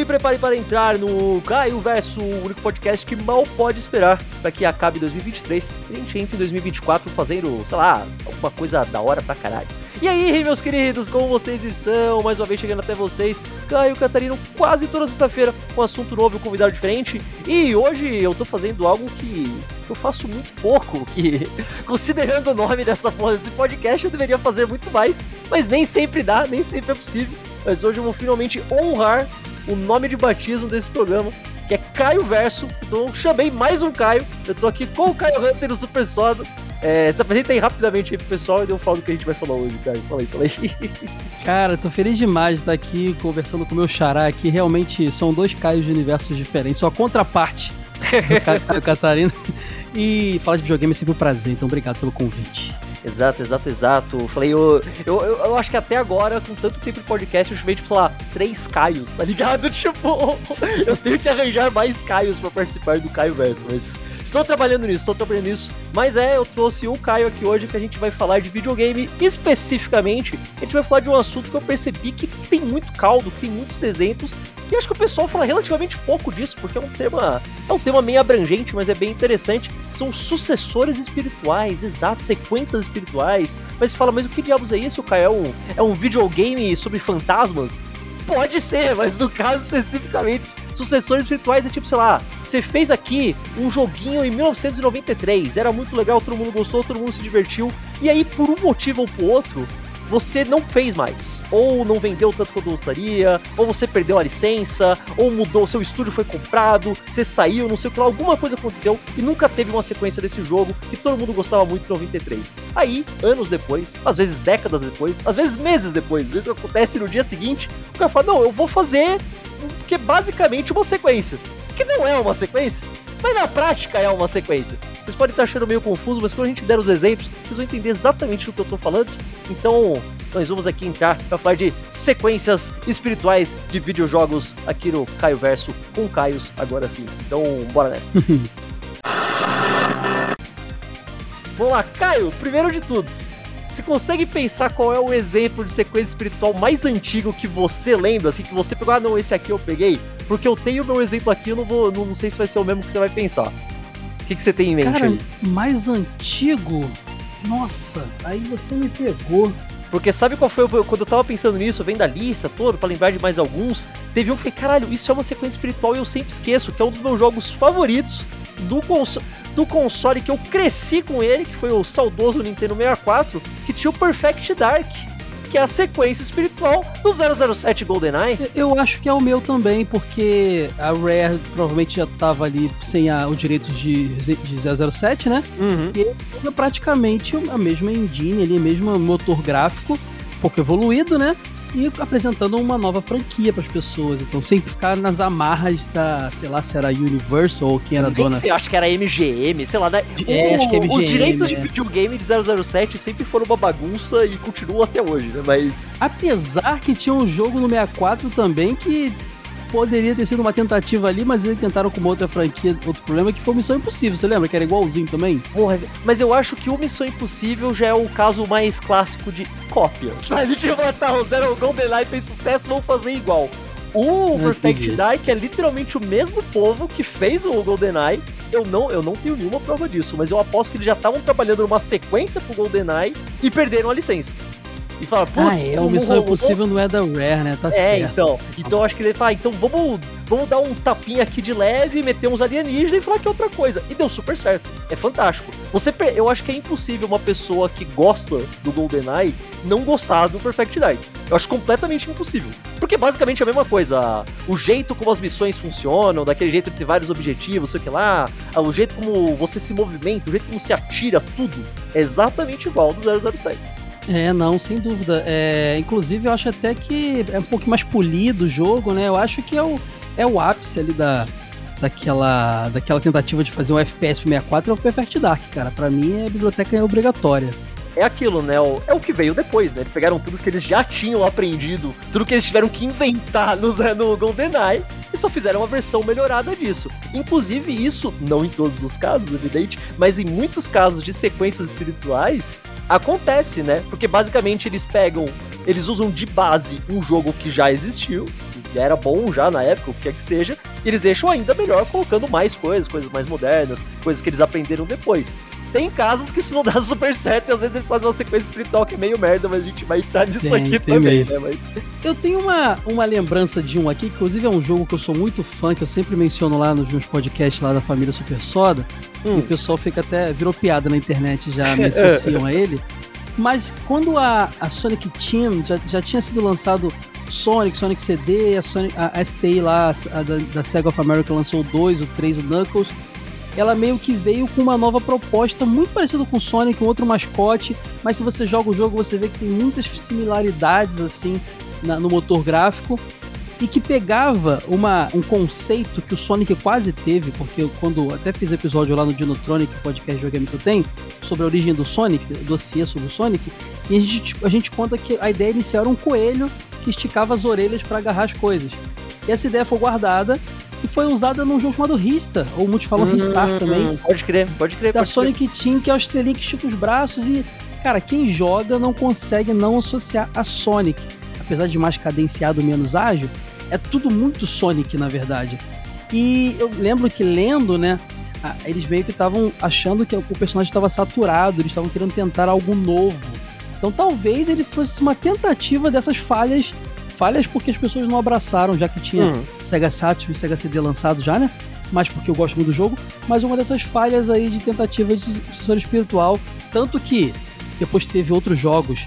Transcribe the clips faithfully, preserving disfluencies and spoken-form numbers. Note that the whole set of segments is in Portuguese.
prepare para entrar no Caio Verso, o único podcast que mal pode esperar para que acabe dois mil e vinte e três e a gente entre em dois mil e vinte e quatro fazendo, sei lá, alguma coisa da hora pra caralho. E aí, meus queridos, como vocês estão? Mais uma vez chegando até vocês, Caio Catarino, quase toda sexta-feira, com um assunto novo e um convidado diferente. E hoje eu tô fazendo algo que eu faço muito pouco, que, considerando o nome dessa porra desse podcast, eu deveria fazer muito mais, mas nem sempre dá, nem sempre é possível. Mas hoje eu vou finalmente honrar o nome de batismo desse programa, que é Caio Verso. Então eu chamei mais um Caio, eu tô aqui com o Caio Hansen do Super Soda. É, se apresenta aí rapidamente aí pro pessoal e eu falo do que a gente vai falar hoje, Caio. Fala aí, fala aí. Cara, tô feliz demais de estar aqui conversando com o meu xará aqui. Realmente são dois Caios de universos diferentes, são a contraparte do Caio, Caio Catarino. E falar de videogame é sempre um prazer, então obrigado pelo convite. Exato, exato, exato. Falei, eu, eu, eu, eu acho que até agora, com tanto tempo de podcast, eu chamei, tipo, sei lá, três Caios, tá ligado? Tipo, eu tenho que arranjar mais Caios pra participar do Caio Verso, mas estou trabalhando nisso, estou trabalhando nisso. Mas é, eu trouxe o Caio aqui hoje que a gente vai falar de videogame. Especificamente, a gente vai falar de um assunto que eu percebi que tem muito caldo, que tem muitos exemplos. E acho que o pessoal fala relativamente pouco disso, porque é um tema, é um tema meio abrangente, mas é bem interessante. São sucessores espirituais, exato, sequências espirituais. Mas você fala, mas o que diabos é isso, Caio? É um, é um videogame sobre fantasmas? Pode ser, mas no caso especificamente, sucessores espirituais é tipo, sei lá, você fez aqui um joguinho em mil novecentos e noventa e três, era muito legal, todo mundo gostou, todo mundo se divertiu, e aí por um motivo ou por outro, você não fez mais, ou não vendeu tanto quanto gostaria, ou você perdeu a licença, ou mudou, seu estúdio foi comprado, você saiu, não sei o que lá, alguma coisa aconteceu e nunca teve uma sequência desse jogo que todo mundo gostava muito em noventa e três. Aí, anos depois, às vezes décadas depois, às vezes meses depois, às vezes acontece no dia seguinte, o cara fala, não, eu vou fazer o que é basicamente uma sequência, que não é uma sequência, mas na prática é uma sequência. Vocês podem estar achando meio confuso, mas quando a gente der os exemplos, vocês vão entender exatamente do que eu tô falando. Então, nós vamos aqui entrar para falar de sequências espirituais de videojogos aqui no Caio Verso, com Caios, agora sim. Então, bora nessa. Vamos lá, Caio, primeiro de tudo, você consegue pensar qual é o exemplo de sequência espiritual mais antigo que você lembra, assim, que você pegou, ah não, esse aqui eu peguei? Porque eu tenho o meu exemplo aqui, eu não, vou, não, não sei se vai ser o mesmo que você vai pensar. O que, que você tem em mente? Cara, aí? Mais antigo? Nossa, aí você me pegou. Porque sabe qual foi, o, quando eu tava pensando nisso, vendo a lista toda, pra lembrar de mais alguns, teve um que eu falei, caralho, isso é uma sequência espiritual e eu sempre esqueço, que é um dos meus jogos favoritos do console, do console que eu cresci com ele, que foi o saudoso Nintendo sessenta e quatro, que tinha o Perfect Dark, que é a sequência espiritual do zero zero sete GoldenEye. Eu acho que é o meu também, porque a Rare provavelmente já tava ali sem a, o direito de, de zero zero sete, né? Uhum. E é praticamente a mesma engine ali, o mesmo motor gráfico, um pouco evoluído, né? E apresentando uma nova franquia para as pessoas. Então sempre ficar nas amarras da, sei lá, se era Universal ou quem era a dona. Sei, acho que era M G M, sei lá, né? É, o, acho que é M G M, os direitos é. de videogame de zero zero sete sempre foram uma bagunça e continuam até hoje, né? Mas... apesar que tinha um jogo no sessenta e quatro também que poderia ter sido uma tentativa ali, mas eles tentaram com uma outra franquia, outro problema, que foi Missão Impossível, você lembra? Que era igualzinho também? Porra, mas eu acho que o Missão Impossível já é o caso mais clássico de cópia, sabe? Tipo, tá, o Zero GoldenEye fez sucesso, vamos fazer igual. O Não Perfect entendi. Dark é literalmente o mesmo povo que fez o GoldenEye. Eu não, eu não tenho nenhuma prova disso, mas eu aposto que eles já estavam trabalhando numa sequência pro GoldenEye e perderam a licença. E fala, putz, ah, é, o Missão Impossível não é da Rare, né? Tá é, certo. então. Então acho que ele fala, ah, então vamos, vamos dar um tapinha aqui de leve, meter uns alienígenas e falar que é outra coisa. E deu super certo. É fantástico. Você, eu acho que é impossível uma pessoa que gosta do GoldenEye não gostar do Perfect Dark. Eu acho completamente impossível. Porque basicamente é a mesma coisa. O jeito como as missões funcionam, daquele jeito de ter vários objetivos, sei o que lá, o jeito como você se movimenta, o jeito como se atira, tudo, é exatamente igual ao do zero zero sete. É, não, sem dúvida. É, inclusive, eu acho até que é um pouco mais polido o jogo, né? Eu acho que é o, é o ápice ali da, daquela, daquela tentativa de fazer um F P S pro sessenta e quatro, é o Perfect Dark, cara. Pra mim, a biblioteca é obrigatória. É aquilo, né? É o que veio depois, né? Eles pegaram tudo que eles já tinham aprendido, tudo que eles tiveram que inventar no, no GoldenEye, e só fizeram uma versão melhorada disso. Inclusive isso, não em todos os casos, evidente, mas em muitos casos de sequências espirituais, acontece, né? Porque basicamente eles pegam, eles usam de base um jogo que já existiu, já era bom já na época, o que quer que seja, e eles deixam ainda melhor colocando mais coisas, coisas mais modernas, coisas que eles aprenderam depois. Tem casos que isso não dá super certo e às vezes eles fazem uma sequência espiritual que é meio merda, mas a gente vai entrar nisso tem, aqui tem também, meio. né? Mas... Eu tenho uma, uma lembrança de um aqui, que inclusive é um jogo que eu sou muito fã, que eu sempre menciono lá nos meus podcasts lá da família Super Soda, hum. e o pessoal fica até, virou piada na internet, já me associam a ele. Mas quando a, a Sonic Team já, já tinha sido lançado Sonic, Sonic C D, a, Sonic, a S T I lá, a da, da Sega of America lançou o dois, o três, o Knuckles, ela meio que veio com uma nova proposta, muito parecida com o Sonic, um outro mascote, mas se você joga o jogo, você vê que tem muitas similaridades, assim, na, no motor gráfico, e que pegava uma, um conceito que o Sonic quase teve, porque eu, quando até fiz episódio lá no Dinotronic, podcast de videogame que eu tenho, sobre a origem do Sonic, dossiê sobre o Sonic, e a gente, a gente conta que a ideia inicial era um coelho que esticava as orelhas para agarrar as coisas. E essa ideia foi guardada e foi usada num jogo chamado Rista, ou muitos falam hum, Ristar também. Pode crer, pode crer. Da pode Sonic crer. Team, que é o estrelinho que estica os braços e, cara, quem joga não consegue não associar a Sonic. Apesar de mais cadenciado, menos ágil, é tudo muito Sonic, na verdade. E eu lembro que lendo, né, eles meio que estavam achando que o personagem estava saturado, eles estavam querendo tentar algo novo. Então talvez ele fosse uma tentativa dessas falhas, falhas porque as pessoas não abraçaram, já que tinha hum. Sega Saturn e Sega C D lançado já, né? Mas porque eu gosto muito do jogo, mas uma dessas falhas aí de tentativa de sucessor espiritual, tanto que depois teve outros jogos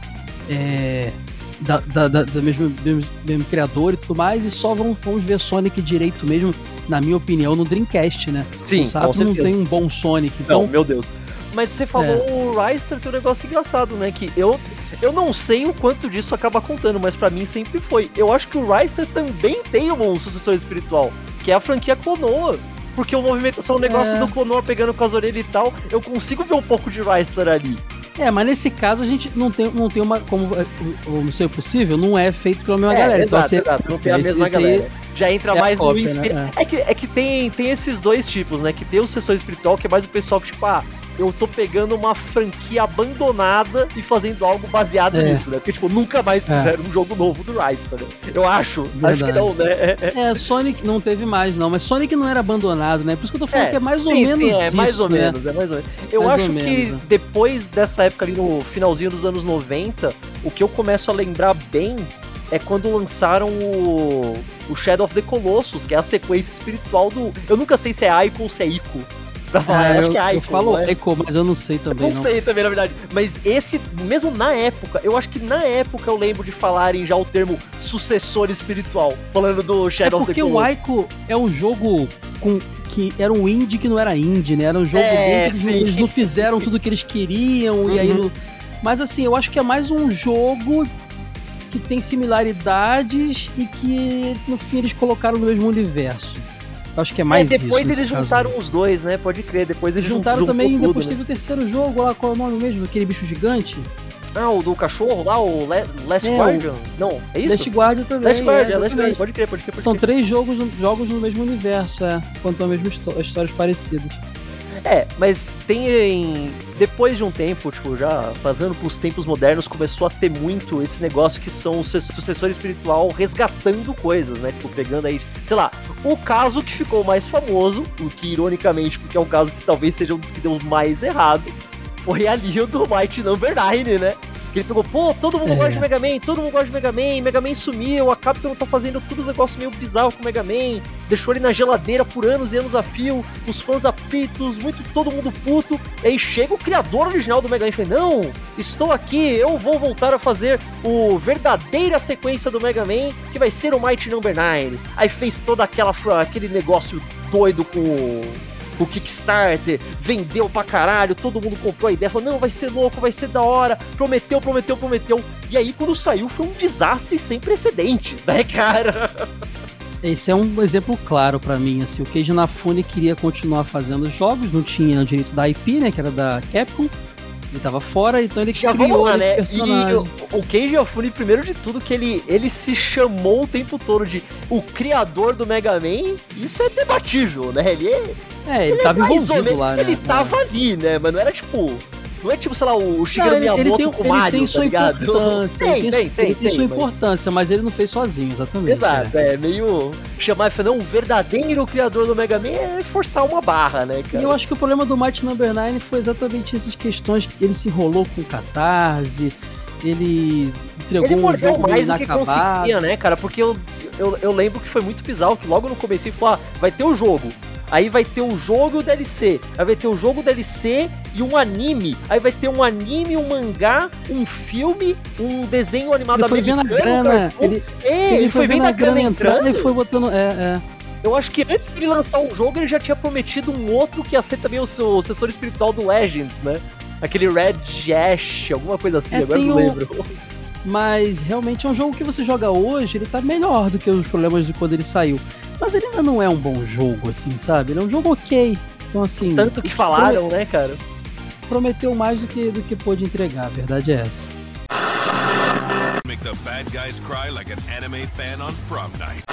é, da, da, da, da mesmo, mesmo, mesmo criador e tudo mais, e só vamos, vamos ver Sonic direito mesmo, na minha opinião, no Dreamcast, né? Sim, o Saturn não tem um bom Sonic, então... Não, meu Deus. Mas você falou é. o Ryster tem um negócio engraçado, né? Que eu, eu não sei o quanto disso acaba contando, mas pra mim sempre foi. Eu acho que o Ryster também tem um sucessor espiritual, que é a franquia Klonoa. Porque a movimentação, o negócio é. do Klonoa pegando com as orelhas e tal, eu consigo ver um pouco de Ryster ali. É, mas nesse caso a gente não tem, não tem uma... Como o Missão Impossível não é feito pela mesma é, galera. Exato, então, exato. Não tem a mesma galera. Já entra é mais cópia, no inspira... né? É que, é que tem, tem esses dois tipos, né? Que tem o sucessor espiritual, que é mais o pessoal que, tipo, ah, eu tô pegando uma franquia abandonada e fazendo algo baseado é. nisso, né? Porque, tipo, nunca mais fizeram é. um jogo novo do Rise, tá, né? Eu acho. Verdade. Acho que não, né? É, é. é, Sonic não teve mais, não. Mas Sonic não era abandonado, né? Por isso que eu tô falando é, que é mais sim, ou menos sim, é isso, mais ou né? menos, é mais ou menos. Eu mais acho que menos, depois dessa época ali no finalzinho dos anos noventa, o que eu começo a lembrar bem é quando lançaram o, o Shadow of the Colossus, que é a sequência espiritual do... Eu nunca sei se é Aiko ou se é Ico. Pra falar, é, eu acho eu, que é Aiko. Eu falo é? Echo, mas eu não sei também. Eu não, não sei também, na verdade. Mas esse, mesmo na época, eu acho que na época eu lembro de falarem já o termo sucessor espiritual, falando do Shadow of the Colossus. É porque o Ico é um jogo com... que era um indie que não era indie, né? Era um jogo é, dentro, eles, eles não fizeram tudo que eles queriam, uhum. e aí... No... Mas assim, eu acho que é mais um jogo que tem similaridades e que no fim eles colocaram no mesmo universo. Eu acho que é mais é, depois isso. Depois eles juntaram caso. os dois, né? Pode crer. Depois eles juntaram jun- também, tudo, depois né? teve o terceiro jogo lá, qual é o nome mesmo? Aquele bicho gigante? Ah, o do cachorro lá, o Le- Last é, Guardian? Não, é isso? Last Guardian também. Last Guardian, é, Last Guardian, pode crer, pode crer. Pode São crer. três jogos, jogos no mesmo universo, é. Contam a mesma histó- histórias parecidas. É, mas tem... Depois de um tempo, tipo, já passando pros tempos modernos, começou a ter muito esse negócio que são o sucessor espiritual resgatando coisas, né? Tipo, pegando aí, sei lá, o caso que ficou mais famoso, o que ironicamente, porque é um caso que talvez seja um dos que deu mais errado, foi ali o do Mighty Number nove, né? Que ele pegou, pô, todo mundo é. gosta de Mega Man, todo mundo gosta de Mega Man, Mega Man sumiu, a Capcom tá fazendo todos os negócios meio bizarros com o Mega Man, deixou ele na geladeira por anos e anos a fio, os fãs apitos, muito todo mundo puto, e aí chega o criador original do Mega Man e fala, não, estou aqui, eu vou voltar a fazer o verdadeira sequência do Mega Man, que vai ser o Mighty Number nove. Aí fez toda aquela, aquele negócio doido com o... o Kickstarter, vendeu pra caralho, todo mundo comprou a ideia, falou, não, vai ser louco, vai ser da hora, prometeu, prometeu, prometeu, e aí quando saiu foi um desastre sem precedentes, né, cara? Esse é um exemplo claro pra mim, assim, o Keiji Inafune queria continuar fazendo jogos, não tinha direito da I P, né, que era da Capcom, ele tava fora, então ele Já criou lá, né? personagem. E o, o Keiji Inafune, primeiro de tudo, que ele, ele se chamou o tempo todo de o criador do Mega Man, isso é debatível, né, ele é... É, ele, ele tava é envolvido lá, né? Ele tava é. ali, né? Mas não era tipo... Não é tipo, sei lá, o Shigeru ele, ele Miyamoto tem, com o ele Mario, tem sua tá ligado? importância. Tem, ele tem, tem, tem. Ele tem, tem sua mas... importância, mas ele não fez sozinho, exatamente. Exato, é, é meio... Chamar e falar, não, o verdadeiro criador do Mega Man é forçar uma barra, né, cara? E eu acho que o problema do Mighty Number nove foi exatamente essas questões que ele se enrolou com o Catarse, ele entregou ele um mordeu jogo mais do que inacabado. conseguia, né, cara? Porque eu, eu, eu lembro que foi muito bizarro, que logo no começo ele falou, ah, vai ter o jogo. Aí vai ter o jogo e o D L C. Aí vai ter o jogo, o D L C e um anime. Aí vai ter um anime, um mangá, um filme, um desenho animado ele foi americano. Vendo a grana, ele, é, ele, ele foi vendo a grana entrando. Ele foi botando... É, é. Eu acho que antes dele lançar o jogo, ele já tinha prometido um outro que ia ser também o seu o sucessor espiritual do Legends, né? Aquele Red Ash, alguma coisa assim, é, agora não o... lembro. Mas realmente é um jogo que você joga hoje, ele tá melhor do que os problemas de quando ele saiu. Mas ele ainda não é um bom jogo, assim, sabe? Ele é um jogo ok. Então, assim... Tanto que falaram, né, cara? Prometeu mais do que, do que pôde entregar, a verdade é essa. Make the bad guys cry like an anime fan on prom night.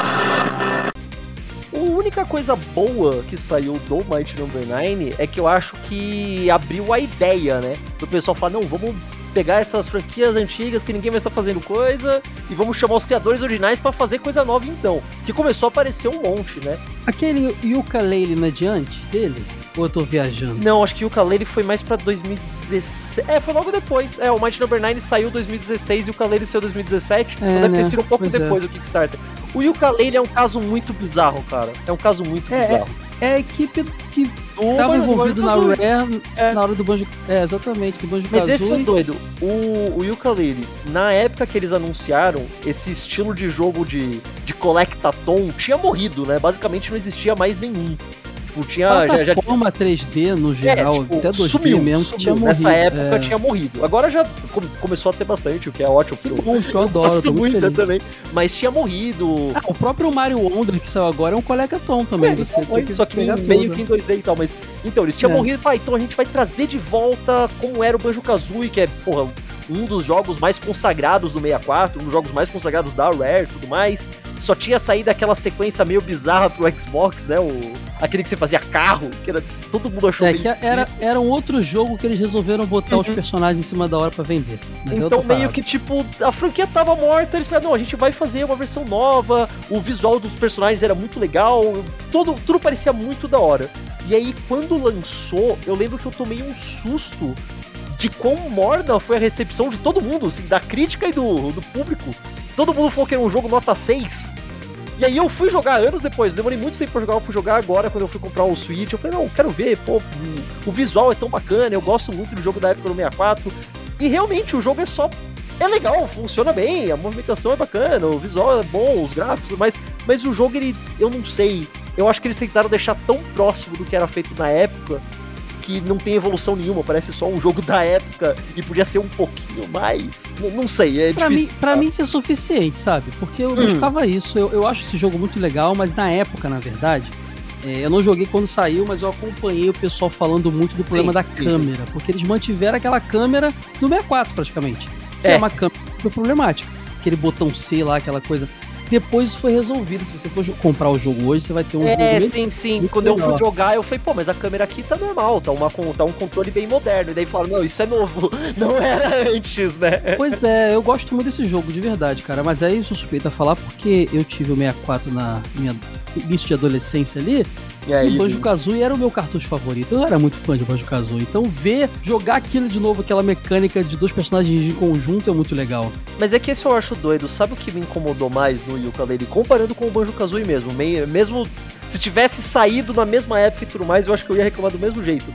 A única coisa boa que saiu do Mighty Number nove é que eu acho que abriu a ideia, né? Do pessoal falar, não, vamos pegar essas franquias antigas que ninguém mais tá fazendo coisa e vamos chamar os criadores originais pra fazer coisa nova então. Que começou a aparecer um monte, né? Aquele Yooka-Laylee não é de antes dele? Ou eu tô viajando? Não, acho que o Yooka-Laylee foi mais pra dois mil e dezesseis. É, foi logo depois. É, o Mighty Number nove saiu em dois mil e dezesseis e o Yooka-Laylee saiu em dois mil e dezessete. É, então deve né? ter sido um pouco Pois depois é. do Kickstarter. O Yooka-Laylee é um caso muito bizarro, cara. É um caso muito É, bizarro. É a equipe que Do tava Banjo- do envolvido na Banjo-Kazooie. Rare É. na hora do Banjo... É, exatamente, do Banjo Mas esse é o Kazooie. doido. O, o Yooka-Laylee, na época que eles anunciaram, esse estilo de jogo de, de collectathon tinha morrido, né? Basicamente não existia mais nenhum. Tipo, tinha, já, já, Plataforma três D no geral, é, tipo, até dois D sumiu, mesmo, sumiu. tinha morrido. Nessa época é. tinha morrido. Agora já come- começou a ter bastante, o que é ótimo. Que porque bom, que eu adoro, gosto tô muito muito feliz. também. Mas tinha morrido. Ah, o próprio Mario Wonder que saiu agora é um collectathon também. É, você então, tem que só que pegar meio tudo. que em dois D e tal, mas... Então, ele tinha É. morrido e falou, ah, então a gente vai trazer de volta como era o Banjo-Kazooie, que é, porra, um dos jogos mais consagrados do sessenta e quatro, um dos jogos mais consagrados da Rare e tudo mais. Só tinha saído aquela sequência meio bizarra pro Xbox, né? O, aquele que você fazia carro, que era, todo mundo achou É, meio que era, esquisito. era um outro jogo que eles resolveram botar Uhum. os personagens em cima da hora pra vender. Mas é Então outra meio parada. que tipo, a franquia tava morta, eles falaram, não, a gente vai fazer uma versão nova, o visual dos personagens era muito legal, todo, tudo parecia muito da hora. E aí quando lançou, eu lembro que eu tomei um susto de quão morna foi a recepção de todo mundo, assim, da crítica e do, do público. Todo mundo falou que era um jogo nota seis. E aí eu fui jogar anos depois, demorei muito tempo pra jogar, eu fui jogar agora quando eu fui comprar o Switch, eu falei, não, eu quero ver, pô, o visual é tão bacana, eu gosto muito do jogo da época do sessenta e quatro, e realmente o jogo é só, é legal, funciona bem, a movimentação é bacana, o visual é bom, os gráficos, mas, mas o jogo, ele, eu não sei, eu acho que eles tentaram deixar tão próximo do que era feito na época, que não tem evolução nenhuma, parece só um jogo da época e podia ser um pouquinho mais, não, não sei, é Pra mim, difícil. pra mim isso é suficiente, sabe? Porque eu Hum. buscava isso. Eu, eu acho esse jogo muito legal, mas na época, na verdade, é, eu não joguei quando saiu, mas eu acompanhei o pessoal falando muito do problema Sim, da sim, câmera. Porque eles mantiveram aquela câmera do sessenta e quatro, praticamente. Que É. é uma câmera super problemática. Aquele botão C lá, aquela coisa. Depois isso foi resolvido. Se você for jo- comprar o jogo hoje, você vai ter um jogo É, bem- sim, sim. muito Quando eu melhor. fui jogar, eu falei, pô, mas a câmera aqui tá normal, tá, uma, tá um controle bem moderno. E daí falaram, não, isso é novo, não era antes, né? Pois é, eu gosto muito desse jogo, de verdade, cara. Mas aí eu sou suspeito a falar porque eu tive o sessenta e quatro na minha início de adolescência ali. E E aí, o Banjo-Kazooie era o meu cartucho favorito. Eu era muito fã de Banjo-Kazooie. Então ver, jogar aquilo de novo, aquela mecânica de dois personagens em conjunto é muito legal. mas é que esse eu acho doido. Sabe o que me incomodou mais no Yooka-Laylee? Comparando com o Banjo-Kazooie mesmo. Meio, mesmo se tivesse saído na mesma época e tudo mais, eu acho que eu ia reclamar do mesmo jeito.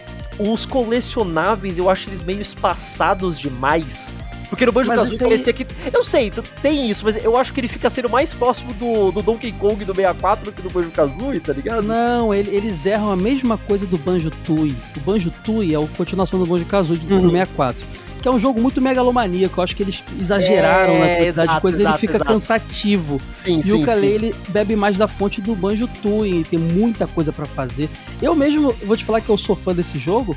Os colecionáveis, eu acho eles meio espaçados demais. Porque no Banjo-Kazooie isso aí- parecia que... Eu sei, tu- tem isso, mas eu acho que ele fica sendo mais próximo do, do Donkey Kong do sessenta e quatro do que do Banjo-Kazooie, tá ligado? Não, ele- eles erram a mesma coisa do Banjo-Tooie. O Banjo-Tooie é a continuação do Banjo-Kazooie do Uhum. sessenta e quatro. Que é um jogo muito megalomaníaco. Eu acho que eles exageraram É, na quantidade exato, de coisa, exato, ele fica exato. cansativo. Sim, E sim, o sim. ukulele bebe mais da fonte do Banjo-Tooie, tem muita coisa pra fazer. Eu mesmo vou te falar que eu sou fã desse jogo,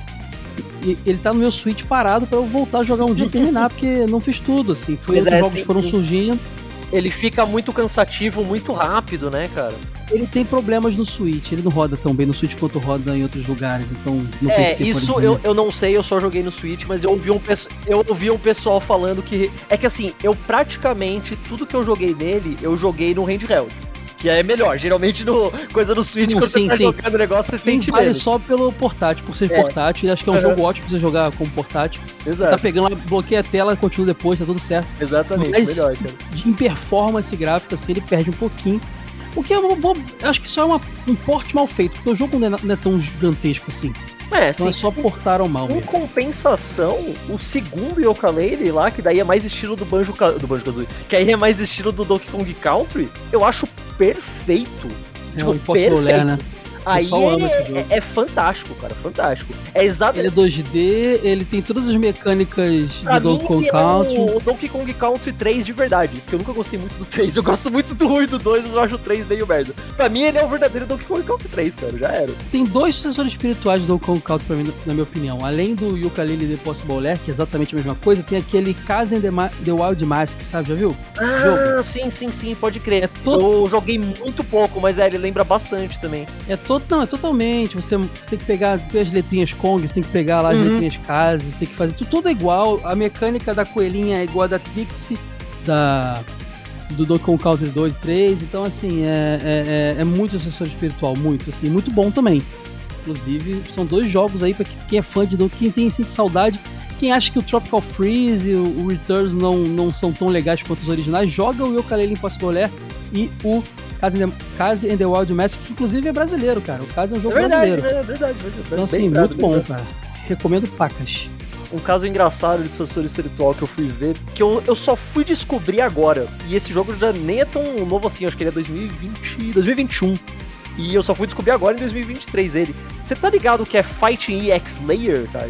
e ele tá no meu Switch parado pra eu voltar a jogar um dia e terminar, porque não fiz tudo, assim. Foi Mas outros é, jogos sim, foram sim. surgindo. Ele fica muito cansativo, muito rápido, né, cara? ele tem problemas no Switch, ele não roda tão bem no Switch quanto roda em outros lugares, então no é, P C, isso eu, eu não sei, eu só joguei no Switch, mas eu ouvi, um, eu ouvi um pessoal falando que... É que assim, eu praticamente, tudo que eu joguei nele, eu joguei no handheld. Que é melhor, geralmente no, coisa no Switch, não, quando sim, você tá sim. jogando o negócio, você sim, sente vale menos. só pelo portátil, por ser É. portátil, e acho que é um Uhum. jogo ótimo pra você jogar como portátil. Exato. Você tá pegando lá, bloqueia a tela, continua depois, tá tudo certo. Exatamente, Mas melhor, cara. em performance gráfica, assim, ele perde um pouquinho. O que é uma boa, acho que só é uma, um porte mal feito, porque o jogo não é, não é tão gigantesco assim. É, Então assim, é só portaram mal em mesmo. compensação, o segundo Yooka-Laylee lá, que daí é mais estilo do Banjo, do Banjo-Kazooie, que aí é mais estilo do Donkey Kong Country, eu acho perfeito. É tipo, um impossible, perfeito. né? Aí pessoal ama esse é, jogo. é, é fantástico, cara, fantástico. É exato. Ele é dois D, ele tem todas as mecânicas Pra do mim, Donkey Kong ele é Country. o, o Donkey Kong Country três de verdade, porque eu nunca gostei muito do três, eu gosto muito do um e do dois, mas eu acho o três meio merda. Pra mim, ele é o verdadeiro Donkey Kong Country três, cara, já era. Tem dois sucessores espirituais do Donkey Kong Country pra mim, na minha opinião. Além do Yooka-Laylee The Impossible Lair, que é exatamente a mesma coisa, tem aquele Kazen the, Ma- the Wild Mask, sabe? Já viu? Ah, Jogo. sim, sim, sim, pode crer. É todo, Eu joguei muito pouco, mas é, ele lembra bastante também. é todo, não, é totalmente. Você tem que pegar as letrinhas Kong, você tem que pegar lá as Uhum. letrinhas Casas, você tem que fazer tudo, tudo é igual. A mecânica da coelhinha é igual a da Trixie, da, do Donkey Kong Country dois e três. Então, assim, é, é, é, é muito sucessor espiritual, muito, assim, muito bom também. Inclusive, são dois jogos aí pra quem é fã de Donkey, quem tem sente saudade. Quem acha que o Tropical Freeze e o Returns não, não são tão legais quanto os originais, joga o Yooka-Laylee Impossible Lair e o Kazen and the Wild Mask, que inclusive é brasileiro, cara. O Kazen é um jogo É verdade, brasileiro. é verdade, é verdade. Então, assim, Bem muito lembrado, bem bom, lembrado. cara. Recomendo pacas. Um caso engraçado de sucessor espiritual que eu fui ver, que eu, eu só fui descobrir agora. E esse jogo já nem é tão novo assim, acho que ele é dois mil e vinte, dois mil e vinte e um. E eu só fui descobrir agora em dois mil e vinte e três ele. Você tá ligado que é Fighting E X Layer, cara?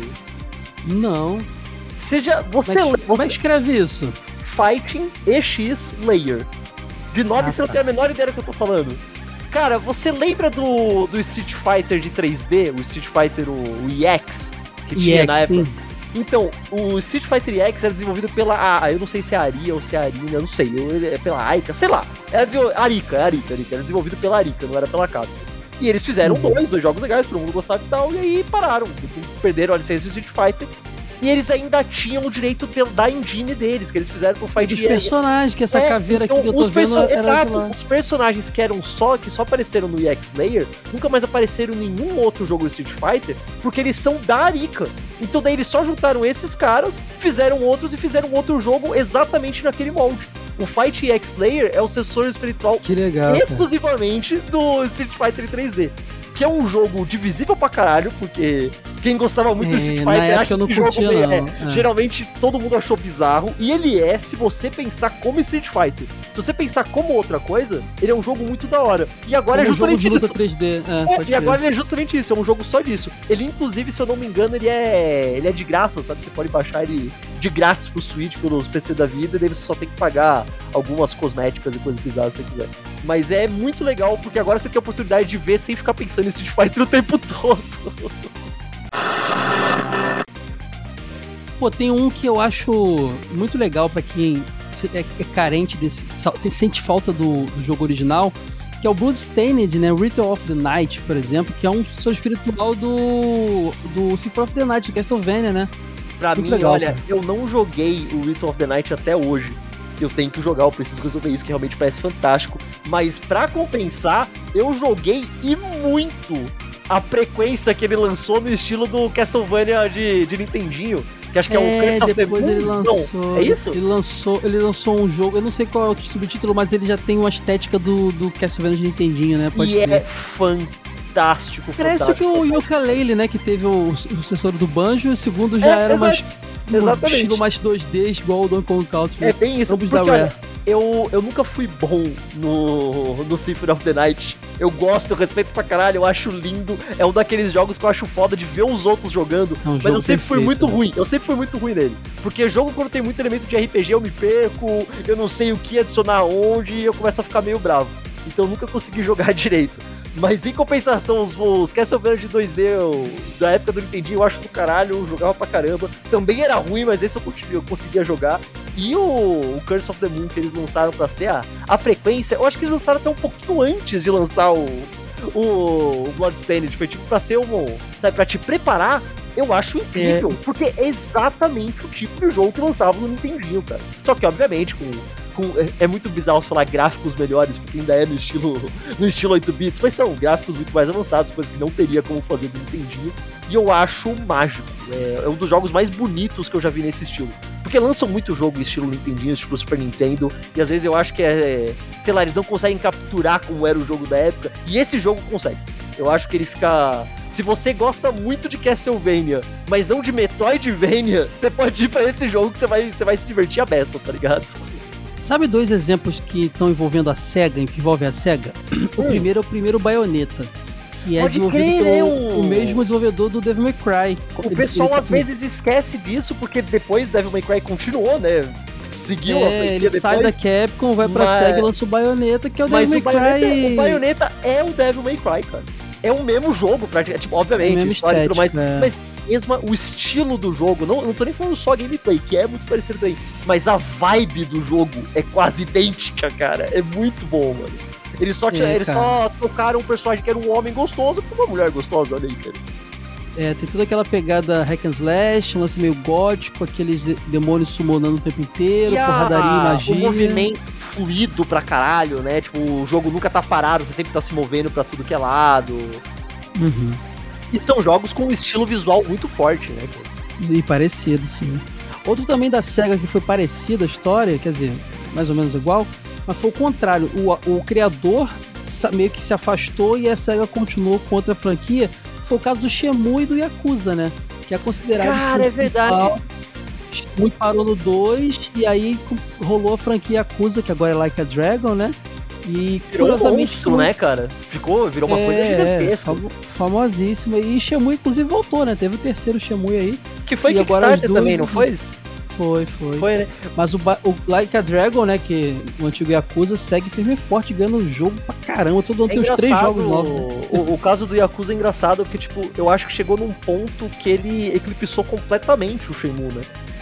Não. Seja, você, Como é, que, você como é que escreve isso? Fighting E X Layer. De nome Ah, você não tá. tem a menor ideia do que eu tô falando. Cara, você lembra do, do Street Fighter de três D? O Street Fighter, o, o E X? Que tinha E X, na época? sim. Então, o Street Fighter E X era desenvolvido pela... Ah, eu não sei se é a Aria ou se é a Arina, eu não sei. eu- É pela Aika, sei lá. Era desenvol... Arica, é Arica, Arica. Era desenvolvido pela Arica, não era pela Capcom. E eles fizeram Uhum. dois, dois jogos legais, todo mundo gostava e tal, e aí pararam. Perderam a licença do Street Fighter. E eles ainda tinham o direito pel- da engine deles, que eles fizeram pro Dos Fight personagens, que essa É, caveira então, aqui que eu tô os perso- vendo era Exato, de lá. os personagens que eram só, que só apareceram no E X Layer, nunca mais apareceram em nenhum outro jogo do Street Fighter, porque eles são da Arica. Então daí eles só juntaram esses caras, fizeram outros e fizeram outro jogo exatamente naquele molde. O Fight E X Layer é o sucessor espiritual Que legal, cara. exclusivamente do Street Fighter em três D. Que é um jogo divisível pra caralho, porque quem gostava muito do É, Street na Fighter época acha eu não esse jogo curtia, meio- não. é, É. geralmente todo mundo achou bizarro, e ele é, se você pensar como Street Fighter. Se você pensar como outra coisa, ele é um jogo muito da hora. E agora Como é um jogo justamente de luta isso. três D. É, É, pode e crer. agora ele é justamente isso, é um jogo só disso. Ele, inclusive, se eu não me engano, ele é ele é de graça, sabe? Você pode baixar ele de grátis pro Switch, pelos P C da vida, e daí você só tem que pagar algumas cosméticas e coisas bizarras se você quiser. Mas é muito legal, porque agora você tem a oportunidade de ver sem ficar pensando em Street Fighter o tempo todo. Pô, tem um que eu acho muito legal pra quem se- é, é carente desse, sa- sente falta do, do jogo original, que é o Bloodstained, né? Ritual of the Night, por exemplo, que é um sucessor espiritual do do Symphony of the Night, de Castlevania, né? Pra Muito mim, legal, olha, cara. eu não joguei o Ritual of the Night até hoje. Eu tenho que jogar, eu preciso resolver isso, que realmente parece fantástico. Mas pra compensar, eu joguei e muito a frequência que ele lançou no estilo do Castlevania de, de Nintendinho. Que acho que é, o Curse of the depois Moon. ele Não, lançou. é isso? Ele lançou, ele lançou um jogo, eu não sei qual é o subtítulo, mas ele já tem uma estética do, do Castlevania de Nintendinho, né? Pode E é crer. fantástico, Parece fantástico. que o fantástico. Yooka-Laylee, né, que teve o, o sucessor do Banjo, e o segundo já É, era mais, exato, um exatamente. estilo mais dois D, igual o Donkey Kong Country. É bem isso, Ambos porque da olha, Rare. eu, eu nunca fui bom no, no Symphony of the Night. Eu gosto, eu respeito pra caralho, eu acho lindo. É um daqueles jogos que eu acho foda de ver os outros jogando. É um Mas jogo eu sempre fui perfeito, muito né? ruim, eu sempre fui muito ruim nele. Porque jogo quando tem muito elemento de R P G eu me perco, eu não sei o que adicionar onde e eu começo a ficar meio bravo. Então eu nunca consegui jogar direito. Mas em compensação, os, os Castlevania de dois D eu, da época do Nintendinho eu acho do caralho, eu jogava pra caramba. Também era ruim, mas esse eu, continu- eu conseguia jogar. E o, o Curse of the Moon que eles lançaram pra ser a, a frequência, eu acho que eles lançaram até um pouquinho antes de lançar o, o, o Bloodstained, foi tipo pra ser um, sabe, pra te preparar. Eu acho incrível, é. porque é exatamente o tipo de jogo que lançava no Nintendinho, cara. Só que, obviamente, com, com, é muito bizarro falar gráficos melhores, porque ainda é no estilo, no estilo oito bits, mas são gráficos muito mais avançados, coisas que não teria como fazer do Nintendinho. E eu acho mágico. É, é um dos jogos mais bonitos que eu já vi nesse estilo. Porque lançam muito jogo estilo Nintendinho, estilo Super Nintendo, e às vezes eu acho que é, sei lá, eles não conseguem capturar como era o jogo da época, e esse jogo consegue. Eu acho que ele fica... Se você gosta muito de Castlevania, mas não de Metroidvania, você pode ir pra esse jogo que você vai, você vai se divertir a beça, tá ligado? Sabe dois exemplos que estão envolvendo a SEGA, que envolvem a SEGA? O hum. primeiro é o primeiro Bayonetta, que é pode desenvolvido crer, pelo né? o mesmo desenvolvedor do Devil May Cry. O ele, pessoal ele tá às vezes esquece disso, porque depois Devil May Cry continuou, né? Seguiu é, a franquia ele depois. sai da Capcom, vai pra mas... SEGA e lança o Bayonetta, que é o Mas Devil May Bayonetta, Cry. o Bayonetta é o Devil May Cry, cara. É o mesmo jogo, praticamente. Tipo, obviamente, é história e tudo mais. É. Mas mesmo o estilo do jogo, não, não tô nem falando só gameplay, que é muito parecido também, mas a vibe do jogo é quase idêntica, cara. É muito bom, mano. Eles só, é, eles só tocaram um personagem que era um homem gostoso pra uma mulher gostosa, olha aí, cara. É, tem toda aquela pegada hack and slash, um lance meio gótico, aqueles de- demônios summonando o tempo inteiro, E a- porradaria e magia. O movimento fluido pra caralho, né? Tipo, o jogo nunca tá parado, você sempre tá se movendo pra tudo que é lado. Uhum. E são jogos com um estilo visual muito forte, né? E parecido, sim. Outro também da SEGA que foi parecido a história, quer dizer, mais ou menos igual, mas foi o contrário. O, o criador sa- meio que se afastou e a SEGA continuou com outra franquia. Foi o caso do Shenmue e do Yakuza, né? Que é considerado... Cara, é verdade. Shenmue parou no dois e aí rolou a franquia Yakuza, que agora é Like a Dragon, né? E Virou um curiosamente, monstro, né, cara? Ficou, virou uma é, coisa gigantesca. É, famo- famosíssima. E Shenmue, inclusive, voltou, né? Teve o terceiro Shenmue aí. Que foi E agora Kickstarter os dois- também, não foi? Foi, foi. Foi, né? Mas o, ba- o Like a Dragon, né, que o antigo Yakuza, segue firme e forte, ganhando o jogo pra caramba. Todo ano É tem uns três engraçado, jogos novos. Né? O, o caso do Yakuza é engraçado, porque, tipo, eu acho que chegou num ponto que ele eclipsou completamente o Shenmue, né?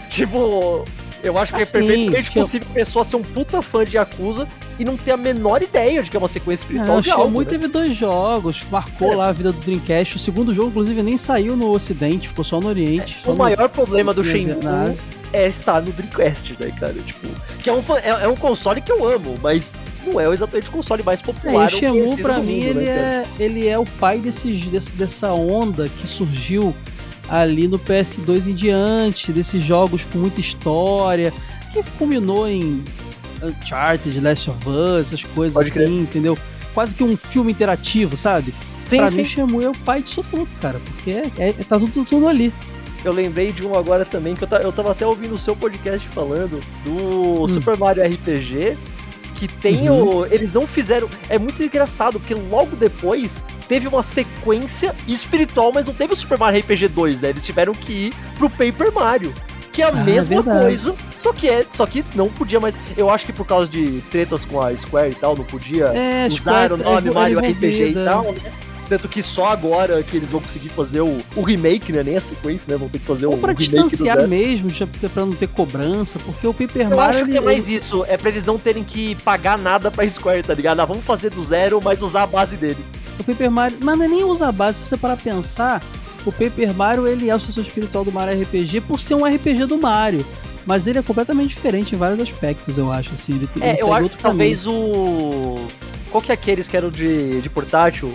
Tipo, eu acho que Assim, é perfeitamente que eu- possível a pessoa ser um puta fã de Yakuza e não ter a menor ideia de que é uma sequência espiritual É, o de algo, Shenmue né? teve dois jogos, marcou É. lá a vida do Dreamcast. O segundo jogo, inclusive, nem saiu no Ocidente, ficou só no Oriente. só O no- maior problema do na- Shenmue na- é estar no Dreamcast, né, cara? Tipo, que é um, fa- é, é um console que eu amo, mas não é exatamente o console mais É, e popular. o Shenmue, conhecido pra do mim, mundo, ele, né, cara? é, ele é o pai desses, desse, dessa onda que surgiu ali no P S dois em diante, desses jogos com muita história, que culminou em Uncharted, Last of Us, essas coisas Pode assim, crer. entendeu? Quase que um filme interativo, sabe? Sim, pra sim. mim, Shenmue é o pai disso tudo, cara, porque é, é- tá tudo, tudo ali. Eu lembrei de um agora também, que eu, ta- eu tava até ouvindo o seu podcast falando do Hum. Super Mario R P G, que tem Uhum. o... Eles não fizeram... É muito engraçado, porque logo depois teve uma sequência espiritual, mas não teve o Super Mario R P G dois, né? Eles tiveram que ir pro Paper Mario. Que é a Ah, mesma verdade. coisa, só que é, só que não podia mais. Eu acho que por causa de tretas com a Square e tal, não podia É, usar Square o nome é Mario R P G e envolvida. tal, né? Tanto que só agora que eles vão conseguir fazer o, o remake, né? Nem a sequência, né? Vão ter que fazer Ou o pra remake distanciar do zero. mesmo, já pra não ter cobrança, porque o Paper Eu Mario... acho que é ele- mais isso, é pra eles não terem que pagar nada pra Square, tá ligado? Ah, vamos fazer do zero, mas usar a base deles. O Paper Mario, mas não é nem usa a base, se você parar pra pensar, o Paper Mario, ele é o sucessor espiritual do Mario R P G por ser um R P G do Mario, mas ele é completamente diferente em vários aspectos, eu acho, assim, ele, tem- É, ele eu segue acho outro que talvez o... Qual que é aqueles que eram de, de portátil?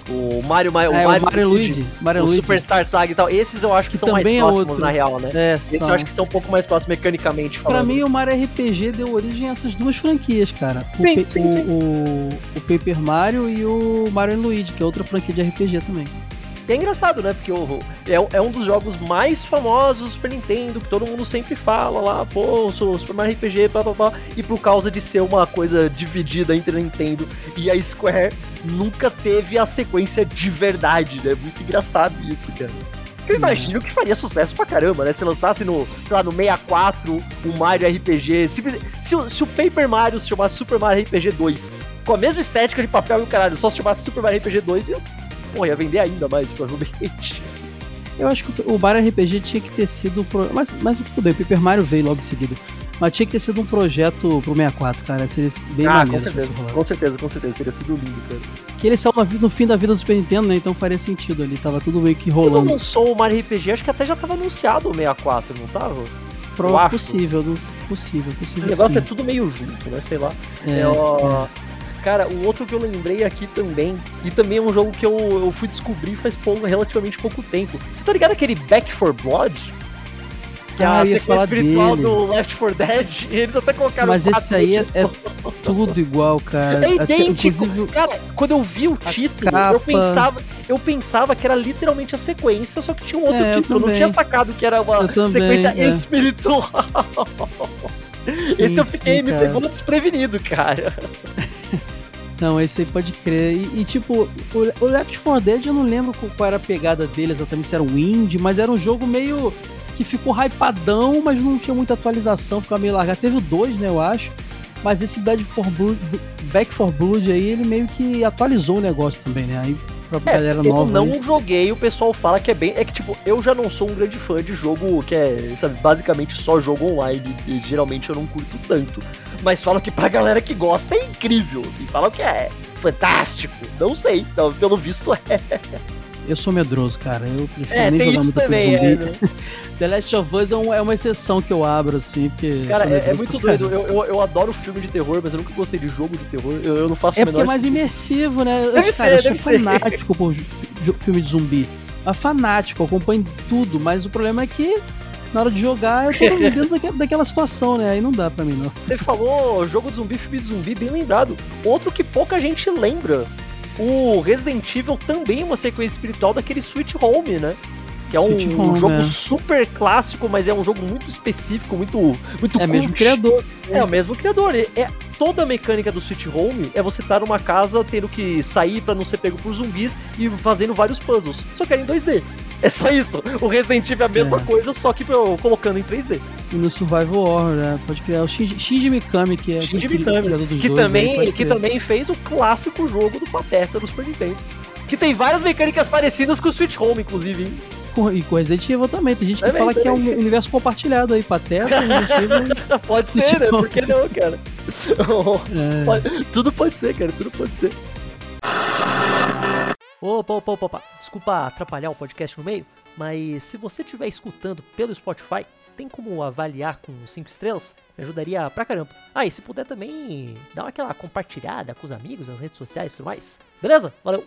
O Mario, Ma- o caminho. É, Mario, o Mario Luigi, Mario o Luigi. Superstar Saga e tal. Esses eu acho que, Que são mais também é próximos, outro. na real, né? É, Esses são. eu acho que são um pouco mais próximos mecanicamente falando. Pra mim, o Mario R P G deu origem a essas duas franquias, cara. O, Sim, Pe- sim, o, sim. o, o Paper Mario e o Mario Luigi, que é outra franquia de R P G também. E é engraçado, né? Porque o, é, é um dos jogos mais famosos do Super Nintendo, que todo mundo sempre fala lá, pô, o Super Mario R P G, blá blá blá. E por causa de ser uma coisa dividida entre a Nintendo e a Square, nunca teve a sequência de verdade, né? Muito engraçado isso, cara. Eu imagino que faria sucesso pra caramba, né? Se lançasse no, sei lá, no sessenta e quatro o Mario R P G. Se, se, o- se o Paper Mario se chamasse Super Mario R P G dois, com a mesma estética de papel e o caralho, só se chamasse Super Mario R P G dois, eu, pô, ia vender ainda mais, provavelmente. Eu acho que o Mario R P G tinha que ter sido... Pro... Mas, mas tudo bem, o Paper Mario veio logo em seguida. Mas tinha que ter sido um projeto pro sessenta e quatro, cara. Seria bem ah, maneiro. com certeza, com certeza, com certeza. Teria sido lindo, cara. Que ele saiu no, no fim da vida do Super Nintendo, né? Então faria sentido ali. Tava tudo meio que rolando. Quando lançou o Mario R P G, acho que até já tava anunciado o sessenta e quatro, não tava? Pro, acho. Possível, do, possível, possível. Esse negócio sim. é tudo meio junto, né? Sei lá. É, é, ó... é. Cara, o outro que eu lembrei aqui também, e também é um jogo que eu, eu fui descobrir faz pouco, relativamente pouco tempo. Você tá ligado aquele Back four Blood? Que ah, é a sequência sequência espiritual dele. do Left four Dead, e eles até colocaram... Mas esse aí é, é tudo igual, cara. É idêntico! Até, inclusive... Cara, quando eu vi o título, capa... eu pensava eu pensava que era literalmente a sequência, só que tinha um outro é, título. Eu não tinha sacado que era uma também, sequência é. espiritual. Sim, esse eu fiquei, sim, me cara. pegou desprevenido, cara. Não, esse aí pode crer. E, e tipo, o, o Left four Dead eu não lembro qual era a pegada dele exatamente, se era um indie, mas era um jogo meio que ficou hypadão, mas não tinha muita atualização, ficava meio largado. Teve o dois, né, eu acho. Mas esse Back four Blood, Back four Blood aí, ele meio que atualizou o negócio também, né? Aí pra É, galera eu nova. não aí. joguei, o pessoal fala que é bem... É que, tipo, eu já não sou um grande fã de jogo que é, sabe, basicamente só jogo online, e geralmente eu não curto tanto. Mas falam que pra galera que gosta é incrível, assim, falam que é fantástico. Não sei, então, pelo visto é. Eu sou medroso, cara. Eu prefiro É, nem tem jogar isso muito também, zumbi. é, né? The Last of Us é, um- é uma exceção que eu abro, assim, porque... Cara, sou é, é medroso muito pra doido. Eu, eu, eu adoro filme de terror, mas eu nunca gostei de jogo de terror. Eu, eu não faço É o porque é menor mais sentido. imersivo, né? Eu, Deve cara, ser, eu sou deve ser. fanático por fi- jo- filme de zumbi. É fanático, eu acompanho tudo, mas o problema é que na hora de jogar eu tô dentro daque- daquela situação, né? Aí não dá pra mim, não. Você falou jogo de zumbi, filme de zumbi, bem lembrado. Outro que pouca gente lembra. O Resident Evil também é uma sequência espiritual daquele Sweet Home, né? Que é um, Sweet um Home, jogo é. super clássico, mas é um jogo muito específico, muito, muito É mesmo cult. criador. É o mesmo criador. É, é- toda a mecânica do Sweet Home é você estar numa casa tendo que sair pra não ser pego por zumbis e fazendo vários puzzles. Só que era em dois D. É só isso. O Resident Evil é a mesma É. coisa, só que eu, colocando em três D. E no Survival Horror, né? Pode criar o Shinji, Shinji Mikami, que é Shinji aquele Mikami, criador dos que, dois, aí, também, pode que crer. também fez o clássico jogo do Pateta do Super Nintendo. Que tem várias mecânicas parecidas com o Sweet Home, inclusive, hein? Com- E com Resident Evil também. Tem gente que Também, fala que é um também. universo compartilhado aí, Pateta, Resident Evil. Pode ser, Sweet né? Home. Por que não, cara? É. Pode- tudo pode ser, cara, tudo pode ser. Opa, opa, opa, opa. Desculpa atrapalhar o podcast no meio, mas se você estiver escutando pelo Spotify, tem como avaliar com cinco estrelas? Me ajudaria pra caramba. Ah, e se puder também, dá aquela compartilhada com os amigos nas redes sociais e tudo mais. Beleza? Valeu!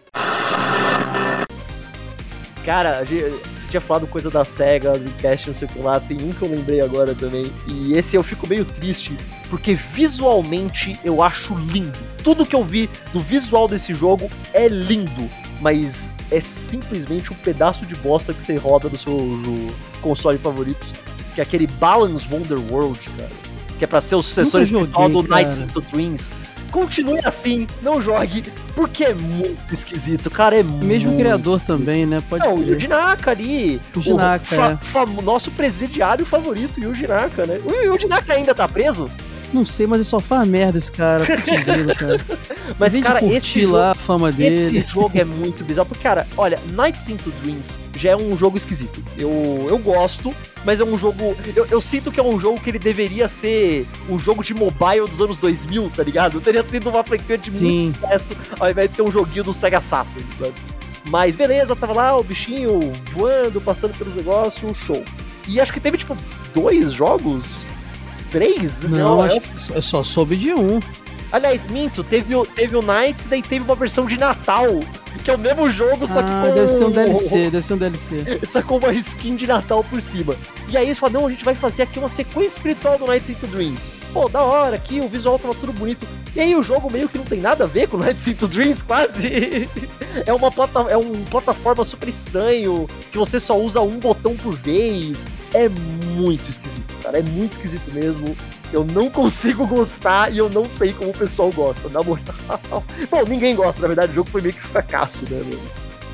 Cara, a gente- você tinha falado coisa da SEGA, do Dreamcast, não sei o que lá, tem um que eu lembrei agora também, e esse eu fico meio triste, porque visualmente eu acho lindo. Tudo que eu vi do visual desse jogo é lindo, mas é simplesmente um pedaço de bosta que você roda no seu jo- console favorito, que é aquele Balance Wonder World, cara, que é pra ser o sucessor Nunca espiritual do joguei, Nights cara. into Twins. Continue assim, não jogue, porque é muito esquisito, cara, é muito... Mesmo criador também, né? Pode Não, o crer. Yuji Naka ali. O Yuji Naka, fa- é. fa- nosso presidiário favorito, Yuji Naka, né? O Yuji Naka ainda tá preso? Não sei, mas ele só faz merda esse cara. Putz grilo, cara. Mas, Em vez de cara, curtir esse jogo, lá a fama dele. esse jogo é muito bizarro. Porque, cara, olha, Nights into Dreams já é um jogo esquisito. Eu, eu gosto, mas é um jogo... Eu, eu sinto que é um jogo que ele deveria ser um jogo de mobile dos anos dois mil, tá ligado? Teria sido uma franquia de muito Sim. sucesso, ao invés de ser um joguinho do Sega Saturn, sabe? Mas beleza, tava lá o bichinho voando, passando pelos negócios, show. E acho que teve, tipo, dois jogos... Três? Não, é acho que eu só soube de um. Aliás, minto, teve o, teve o Nights, daí teve uma versão de Natal, que é o mesmo jogo, só que Ah, com... deve ser um D L C, deve ser um D L C. Só com uma skin de Natal por cima. E aí eles falaram, não, a gente vai fazer aqui uma sequência espiritual do Nights into Dreams. Pô, da hora aqui, o visual tava tudo bonito. E aí o jogo meio que não tem nada a ver com Nights into Dreams, quase. É uma plata, é um plataforma super estranho, que você só usa um botão por vez. É muito esquisito, cara, é muito esquisito mesmo. Eu não consigo gostar e eu não sei como o pessoal gosta, na moral. Bom, ninguém gosta, na verdade, o jogo foi meio que um fracasso, né, mano?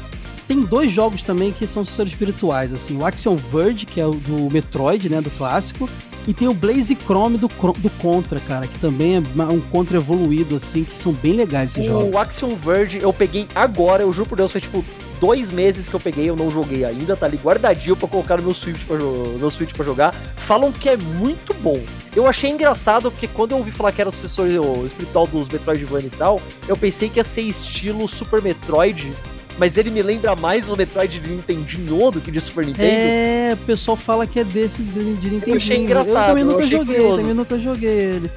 Tem dois jogos também que são sucessores espirituais, assim. O Axiom Verge, que é o do Metroid, né, do clássico. E tem o Blaze Chrome do, Cro- do Contra, cara, que também é ma- um Contra evoluído, assim, que são bem legais esses jogos. O Axiom Verge eu peguei agora, eu juro por Deus, foi tipo dois meses que eu peguei, eu não joguei ainda, tá ali guardadinho pra colocar no meu Switch pra, jo- meu Switch pra jogar. Falam que é muito bom, eu achei engraçado porque quando eu ouvi falar que era o sucessor espiritual dos Metroidvania e tal, eu pensei que ia ser estilo Super Metroid, mas ele me lembra mais o Metroid de Nintendinho do que de Super Nintendo. É, o pessoal fala que é desse de, de Nintendinho. Eu achei engraçado, eu também nunca eu achei joguei, curioso. também nunca joguei ele.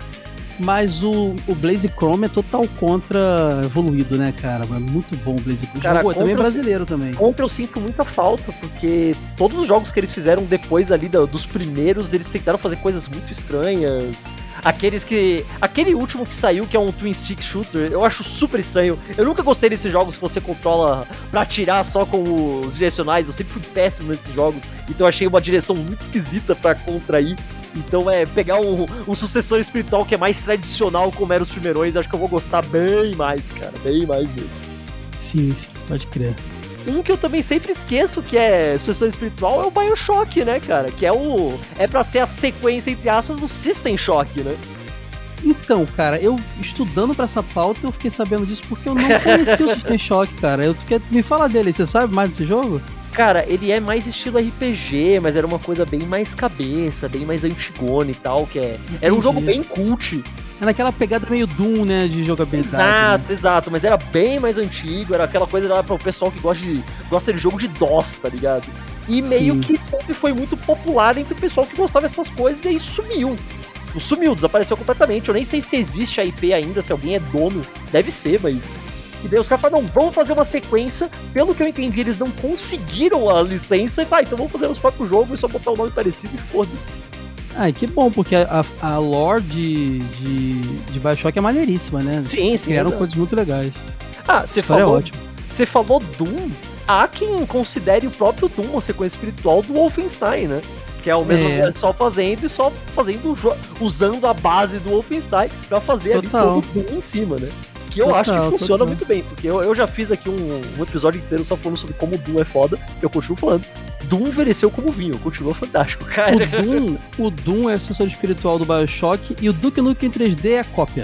Mas o, o Blaze Chrome é total contra evoluído, né, cara? É muito bom o Blaze Chrome. Cara, Jogou, também é contra eu brasileiro também. Contra eu sinto muita falta, porque todos os jogos que eles fizeram depois ali da- dos primeiros, eles tentaram fazer coisas muito estranhas. Aqueles que... Aquele último que saiu, que é um Twin Stick Shooter, eu acho super estranho. Eu nunca gostei desses jogos que você controla pra atirar só com os direcionais, eu sempre fui péssimo nesses jogos, então eu achei uma direção muito esquisita pra contrair. Então é pegar um, um sucessor espiritual que é mais tradicional, como eram os primeirões, acho que eu vou gostar bem mais, cara, bem mais mesmo. Sim, sim, pode crer. Um que eu também sempre esqueço que é sucessor espiritual é o BioShock, né, cara? Que é o... é pra ser a sequência, entre aspas, do System Shock, né? Então, cara, eu estudando pra essa pauta, eu fiquei sabendo disso porque eu não conhecia o System Shock, cara. Eu, quer, me fala dele, você sabe mais desse jogo? Cara, ele é mais estilo R P G, mas era uma coisa bem mais cabeça, bem mais antigona e tal, que é... Era um Entendi. jogo bem cult. É naquela pegada meio Doom, né, de jogabilidade. Exato, né? exato, mas era bem mais antigo, era aquela coisa lá pro pessoal que gosta de, gosta de jogo de DOS, tá ligado? E meio Sim. que sempre foi muito popular entre o pessoal que gostava dessas coisas e aí sumiu. Sumiu, desapareceu completamente. Eu nem sei se existe a I P ainda, se alguém é dono. Deve ser, mas... E daí os caras falaram, não, vamos fazer uma sequência. Pelo que eu entendi, eles não conseguiram a licença e falaram, então vamos fazer nosso próprio jogo e só botar o nome parecido e foda-se. Ah, e que bom, porque a, a lore de, de, de BioShock é maneiríssima, né? Sim, sim. Criaram exato. coisas muito legais. Ah, você A história falou, é ótima. você falou Doom. Há quem considere o próprio Doom uma sequência espiritual do Wolfenstein, né? Que é o mesmo É. só fazendo e só fazendo o jo- usando a base do Wolfenstein pra fazer Total. ali todo o Doom em cima, né? Que eu Total, acho que funciona total. muito bem, porque eu, eu já fiz aqui um, um episódio inteiro só falando sobre como o Doom é foda, eu continuo falando. Doom envelheceu como vinho, continua fantástico, cara. O Doom, o Doom é o sucessor espiritual do BioShock e o Duke Nukem em três D é a cópia.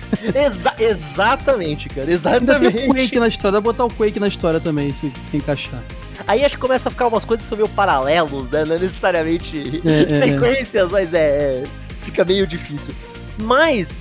Exa- exatamente, cara, Ainda tem o Quake exatamente. na história, dá pra botar o Quake na história também, se, se encaixar. Aí acho que começa a ficar umas coisas que são meio paralelos, né? Não é necessariamente É, é, sequências, mas é, é. Fica meio difícil. Mas,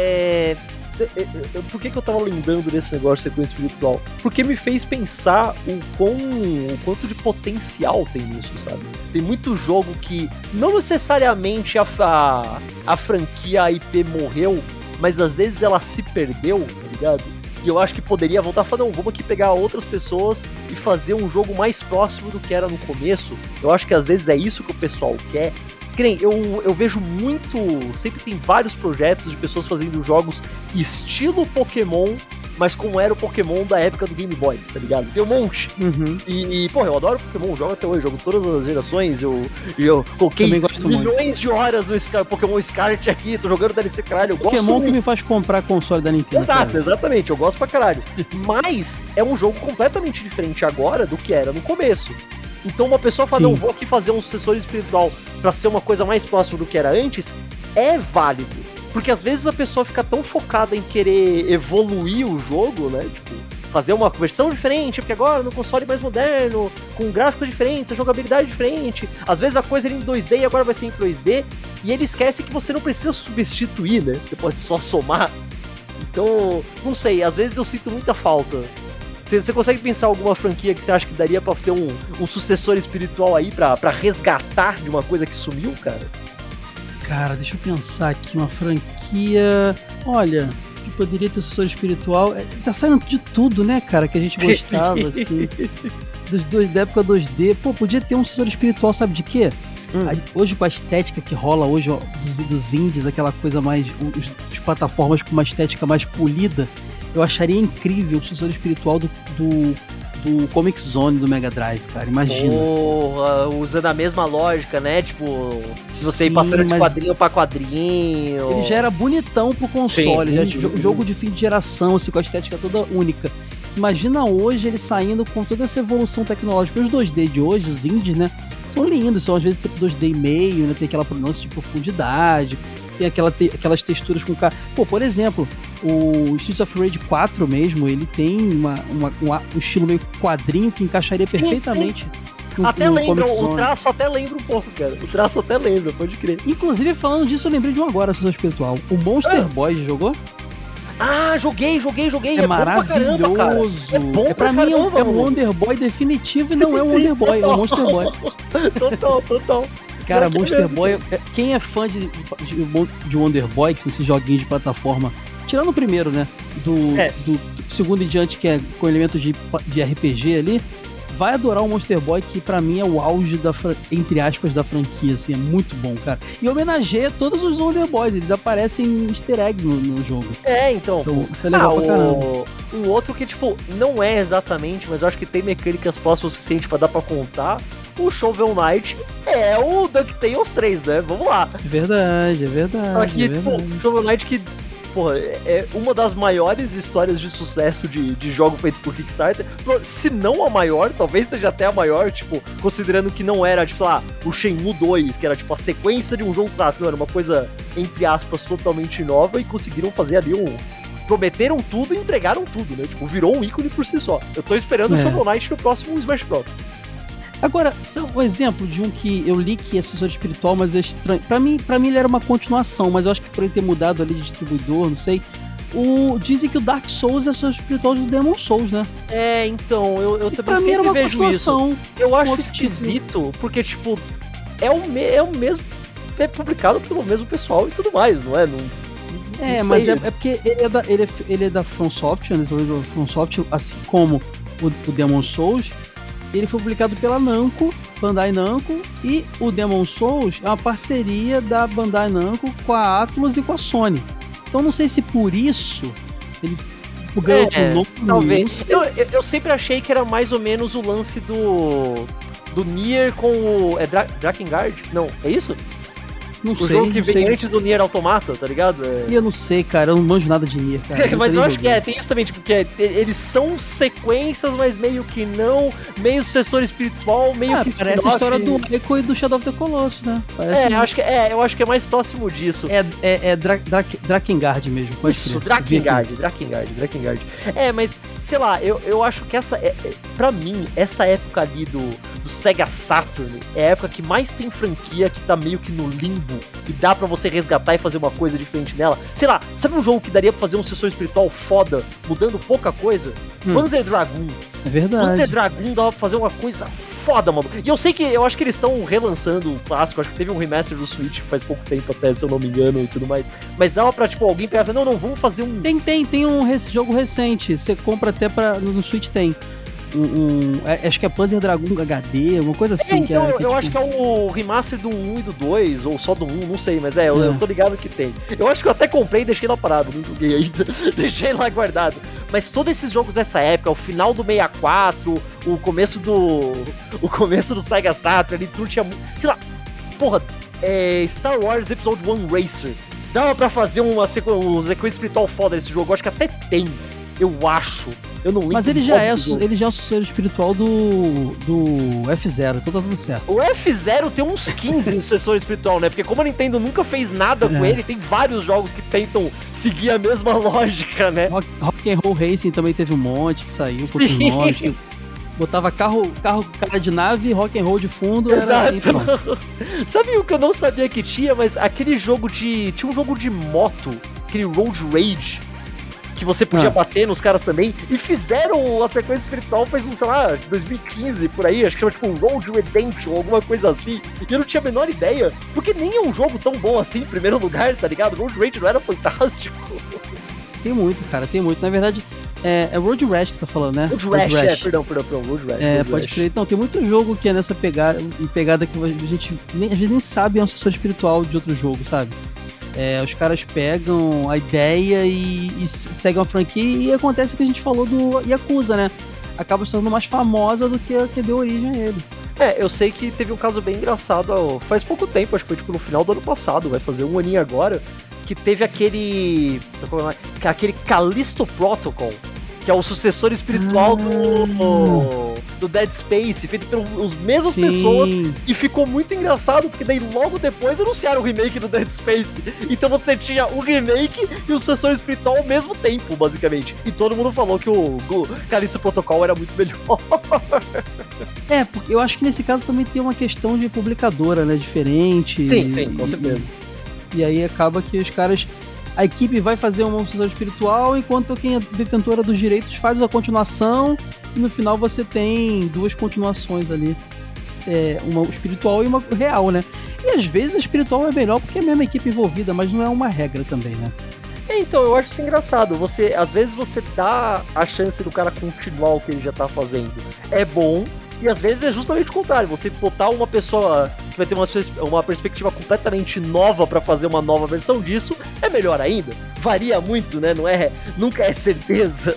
é. é, é, Por que, que eu tava lembrando desse negócio de sequência espiritual? Porque me fez pensar o, quão, o quanto de potencial tem nisso, sabe? Tem muito jogo que não necessariamente a, a, a franquia, a I P morreu, mas às vezes ela se perdeu, tá ligado? E eu acho que poderia voltar a falar, não, vamos aqui pegar outras pessoas e fazer um jogo mais próximo do que era no começo. Eu acho que às vezes é isso que o pessoal quer. Que nem, eu, eu vejo muito, sempre tem vários projetos de pessoas fazendo jogos estilo Pokémon, mas como era o Pokémon da época do Game Boy, tá ligado? Tem um monte. Uhum. E, e, pô, eu adoro Pokémon, jogo até hoje, jogo todas as gerações, eu, eu coloquei Também gosto milhões muito. de horas no Scar, Pokémon Scarlet aqui, tô jogando D L C, caralho, eu gosto Pokémon muito. que me faz comprar console da Nintendo. Exato, cara. exatamente, eu gosto pra caralho. Mas é um jogo completamente diferente agora do que era no começo. Então uma pessoa fala, Sim. não, vou aqui fazer um sucessor espiritual pra ser uma coisa mais próxima do que era antes, é válido. Porque às vezes a pessoa fica tão focada em querer evoluir o jogo, né, tipo, fazer uma versão diferente, porque agora no console mais moderno, com gráficos diferentes, a jogabilidade diferente, às vezes a coisa era em dois D e agora vai ser em três D, e ele esquece que você não precisa substituir, né, você pode só somar. Então, não sei, às vezes eu sinto muita falta. Você, você consegue pensar alguma franquia que você acha que daria pra ter um, um sucessor espiritual aí pra, pra resgatar de uma coisa que sumiu, cara? Cara, deixa eu pensar aqui, uma franquia... Olha, que poderia ter sucessor espiritual... É, tá saindo de tudo, né, cara, que a gente gostava, assim. Dos dois, da época dois D. Pô, podia ter um sucessor espiritual, sabe de quê? Hum. Aí, hoje, com a estética que rola hoje, ó, dos, dos indies, aquela coisa mais... Os, os plataformas com uma estética mais polida, eu acharia incrível o sucessor espiritual do... do do Comic Zone do Mega Drive, cara, imagina. Porra, usando a mesma lógica, né? Tipo, se você ir Sim, passando de mas quadrinho pra quadrinho. Ele já era bonitão pro console, Sim, já sim, jo- sim. jogo de fim de geração, assim, com a estética toda única. Imagina hoje ele saindo com toda essa evolução tecnológica. Os dois D de hoje, os indies, né, são lindos, são às vezes tipo dois D e meio, né, tem aquela pronúncia de profundidade, tem aquela te- aquelas texturas com... Ca... Pô, por exemplo, o Streets of Rage quatro mesmo, ele tem uma, uma- um a- um estilo meio quadrinho que encaixaria Sim, perfeitamente. no, até no lembra, Comic o Zone. traço até lembra um pouco, cara. O traço até lembra, pode crer. Inclusive, falando disso, eu lembrei de um agora, Assessor Espiritual. O Monster Ah. Boy, jogou? Ah, joguei, joguei, joguei. É, É, bom pra caramba, cara. maravilhoso. É bom É, pra pra mim, é um, caramba, é um mano. Wonder Boy definitivo e Sim, não é um sim, Wonder Boy, é um total. Monster Boy. Total, total. Cara, Pior que é Monster mesmo, Boy, é- quem é fã de, de, de Wonder Boy, que são esses joguinhos de plataforma, tirando o primeiro, né? Do, É. do, do segundo em diante, que é com elementos de, de R P G ali, vai adorar o Monster Boy, que pra mim é o auge da, fran- entre aspas, da franquia, assim, é muito bom, cara. E homenageia todos os Wonder Boys, eles aparecem em easter eggs no, no jogo. É, então. Então, isso é legal ah, pra caramba. o... Um outro que, tipo, não é exatamente, mas eu acho que tem mecânicas próximas o suficiente pra dar pra contar. O Shovel Knight é o DuckTales três, né? Vamos lá. É verdade, é verdade. Só que, é tipo, verdade. o Shovel Knight que, porra, é uma das maiores histórias de sucesso de, de jogo feito por Kickstarter. Se não a maior, talvez seja até a maior, tipo, considerando que não era, tipo, sei lá, o Shenmue dois, que era, tipo, a sequência de um jogo clássico. Não, era uma coisa, entre aspas, totalmente nova e conseguiram fazer ali um... Prometeram tudo e entregaram tudo, né? Tipo, virou um ícone por si só. Eu tô esperando o É. Shovel Knight no próximo Smash Bros. Agora, são um exemplo de um que eu li que é assessor espiritual, mas é estranho. Pra mim, pra mim ele era uma continuação, mas eu acho que por ele ter mudado ali de distribuidor, não sei. O, dizem que o Dark Souls é assessor espiritual do Demon Souls, né? É, então, eu, eu E também pra mim era sempre uma vejo isso. continuação. Eu acho outro esquisito, porque, tipo, é o, me, é o mesmo. É publicado pelo mesmo pessoal e tudo mais, não é? Não, não É, sei. mas é, é porque ele é da, ele é, ele é da From Software, né? Desenvolvido pela From Software, assim como o, o Demon Souls. Ele foi publicado pela Namco, Bandai Namco, e o Demon Souls é uma parceria da Bandai Namco com a Atlus e com a Sony. Então não sei se por isso ele ganhou outro É, nome. não talvez. sei. Eu, eu, eu sempre achei que era mais ou menos o lance do. Do Nier com o. É Dra Drakengard? Não, é isso? Não O sei, jogo que não vem sei. antes do Nier Automata, tá ligado? É... E eu não sei, cara, eu não manjo nada de Nier, cara. mas eu nunca acho que nem é, tem isso também, tipo, que é, eles são sequências, mas meio que não, meio sucessor espiritual, meio Ah, que parece a spin-off. história do Echo e do Shadow of the Colossus, né? Parece É, um- eu acho que, é, eu acho que é mais próximo disso. é, é, é Dra Dra Drakengard mesmo. pode Isso, crer. Drakengard, Drakengard, Drakengard. É, mas, sei lá, eu, eu acho que essa, é, é, pra mim, essa época ali do, do Sega Saturn é a época que mais tem franquia que tá meio que no limbo e dá pra você resgatar e fazer uma coisa diferente nela. Sei lá, sabe um jogo que daria pra fazer um sucessor espiritual foda, mudando pouca coisa? Hum. Panzer Dragoon. É verdade. Panzer Dragoon dava pra fazer uma coisa foda, mano. E eu sei que, eu acho que eles estão relançando o clássico, acho que teve um remaster do Switch faz pouco tempo até, se eu não me engano, e tudo mais. Mas dava pra, tipo, alguém pegar e falar, não, não, vamos fazer um... Tem, tem, tem um rec- jogo recente. Você compra até pra. No, no Switch tem. Um, um- é- acho que é Panzer Dragoon H D, uma coisa assim. É, que então, é, eu, que, eu tipo, acho que é o remaster do um e do dois, ou só do um, não sei, mas é, eu, É. eu tô ligado que tem. Eu acho que eu até comprei e deixei lá parado, não joguei ainda, deixei lá guardado. Mas todos esses jogos dessa época, o final do sessenta e quatro, o começo do... o começo do Sega Saturn, ali tudo tinha... mu- sei lá, porra, é, Star Wars Episode um Racer, dava pra fazer uma sequ... uma sequência espiritual foda nesse jogo, eu acho que até tem, eu acho. Eu não lembro. Mas ele o já nome é, do su- jogo. ele já é o sucessor espiritual do. do F zero, então tá tudo certo. O F zero tem uns quinze em sucessor espiritual, né? Porque como a Nintendo nunca fez nada com É. ele, tem vários jogos que tentam seguir a mesma lógica, né? Rock, Rock and Roll Racing também teve um monte que saiu por outros Sim. nomes. que Botava carro, carro, cara de nave, rock and roll de fundo. Era, Exato. então, Sabe o que eu não sabia que tinha? Mas aquele jogo de... Tinha um jogo de moto, aquele Road Rage, que você podia Ah. bater nos caras também, e fizeram a sequência espiritual faz um, sei lá, dois mil e quinze, por aí, acho que chama tipo Road Redemption, alguma coisa assim, e eu não tinha a menor ideia, porque nem é um jogo tão bom assim, em primeiro lugar, tá ligado? Road Rage não era fantástico. tem muito, cara, tem muito. Na verdade, é, é Road Rash que você tá falando, né? Road Rash, é, perdão, perdão, perdão, Road Rash. É, Road pode Rash. crer. Então, tem muito jogo que é nessa pegada, em pegada que a gente nem, às vezes nem sabe é um sucessor espiritual de outro jogo, sabe? É, os caras pegam a ideia e, e seguem a franquia e acontece o que a gente falou do Yakuza, né? Acaba se tornando mais famosa do que a que deu origem a ele. É, eu sei que teve um caso bem engraçado ó, faz pouco tempo, acho que foi tipo no final do ano passado, vai fazer um aninho agora, que teve aquele. aquele Callisto Protocol, que é o sucessor espiritual Ah. do. do Dead Space, feito pelas mesmas Sim. pessoas, e ficou muito engraçado, porque daí logo depois anunciaram o remake do Dead Space. Então você tinha o remake e o sucessor espiritual ao mesmo tempo, basicamente. E todo mundo falou que o, o Callisto Protocol era muito melhor. É, porque eu acho que nesse caso também tem uma questão de publicadora, né, diferente. Sim, sim, com certeza. E, e aí acaba que os caras... A equipe vai fazer uma sucessor espiritual, enquanto quem é detentora dos direitos faz a continuação, e no final você tem duas continuações ali. É, uma espiritual e uma real, né? E às vezes a espiritual é melhor porque é a mesma equipe envolvida, mas não é uma regra também, né? É, então, eu acho isso engraçado. Você, às vezes você dá a chance do cara continuar o que ele já tá fazendo. É bom, e às vezes é justamente o contrário. Você botar uma pessoa que vai ter uma, uma perspectiva completamente nova pra fazer uma nova versão disso, é melhor ainda. Varia muito, né? Não é, nunca é certeza.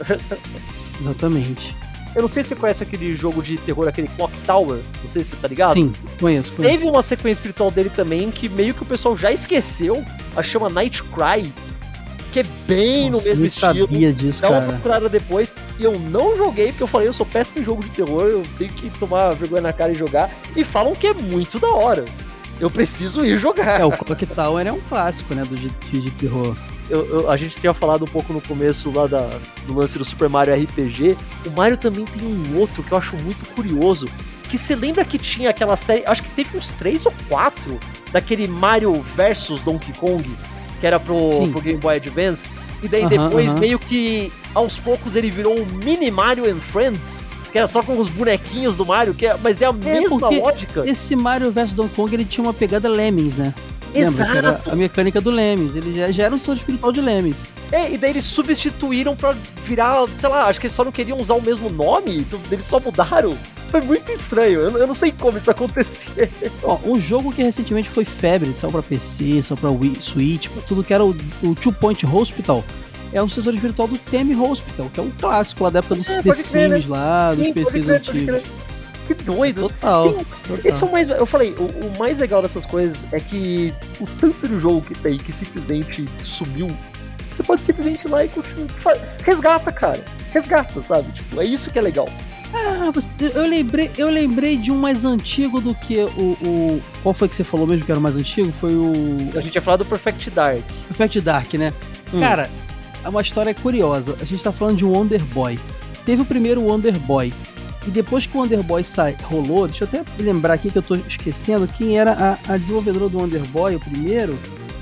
Exatamente. Eu não sei se você conhece aquele jogo de terror, aquele Clock Tower. Não sei se você tá ligado. Sim, conheço, conheço. Teve uma sequência espiritual dele também que meio que o pessoal já esqueceu. A chama Night Cry, que é bem Nossa, no mesmo eu estilo. sabia disso, Dá uma cara. procurada depois. E eu não joguei, porque eu falei, eu sou péssimo em jogo de terror, eu tenho que tomar vergonha na cara e jogar. E falam que é muito da hora. Eu preciso ir jogar. É, o Clock Tower é um clássico, né, do de, de terror. Eu, eu, a gente tinha falado um pouco no começo lá da, do lance do Super Mario R P G. O Mario também tem um outro que eu acho muito curioso. Que você lembra que tinha aquela série, acho que teve uns três ou quatro, daquele Mario versus Donkey Kong, que era pro, pro Game Boy Advance. E daí Uhum, depois uhum. meio que aos poucos ele virou um mini Mario and Friends, que era só com os bonequinhos do Mario, que é, mas é a mesma porque lógica. Esse Mario versus Donkey Kong, ele tinha uma pegada Lemmings, né? Lembra? Que era Exato. a mecânica do Lemmings, ele já, já era um sucessor espiritual de Lemmings. É, e daí eles substituíram pra virar, sei lá, acho que eles só não queriam usar o mesmo nome, então eles só mudaram. Foi muito estranho, eu, eu não sei como isso aconteceu. Ó, um jogo que recentemente foi febre, saiu pra P C, saiu pra Wii, Switch, pra tudo que era o, o Two Point Hospital, é um sucessor espiritual do Theme Hospital, que é um clássico lá da época dos É, The pode crer, Sims né? lá, Sim, dos pode P Cs crer, pode antigos. crer. Que doido. Total, Tem- total. Esse é o mais. Eu falei, o, o mais legal dessas coisas é que o tanto de jogo que tem que simplesmente sumiu, você pode simplesmente ir lá e continuar. fa- Resgata, cara. Resgata, sabe? Tipo, é isso que é legal. Ah, você- eu lembrei, eu lembrei de um mais antigo do que o, o... Qual foi que você falou mesmo que era o mais antigo? Foi o A gente ia falar do Perfect Dark. Perfect Dark, né? Hum. Cara, é uma história curiosa. A gente tá falando de Wonder Boy. Teve o primeiro Wonder Boy. E depois que o Wonder Boy sai, rolou, deixa eu até lembrar aqui que eu tô esquecendo quem era a, a desenvolvedora do Wonder Boy, o primeiro.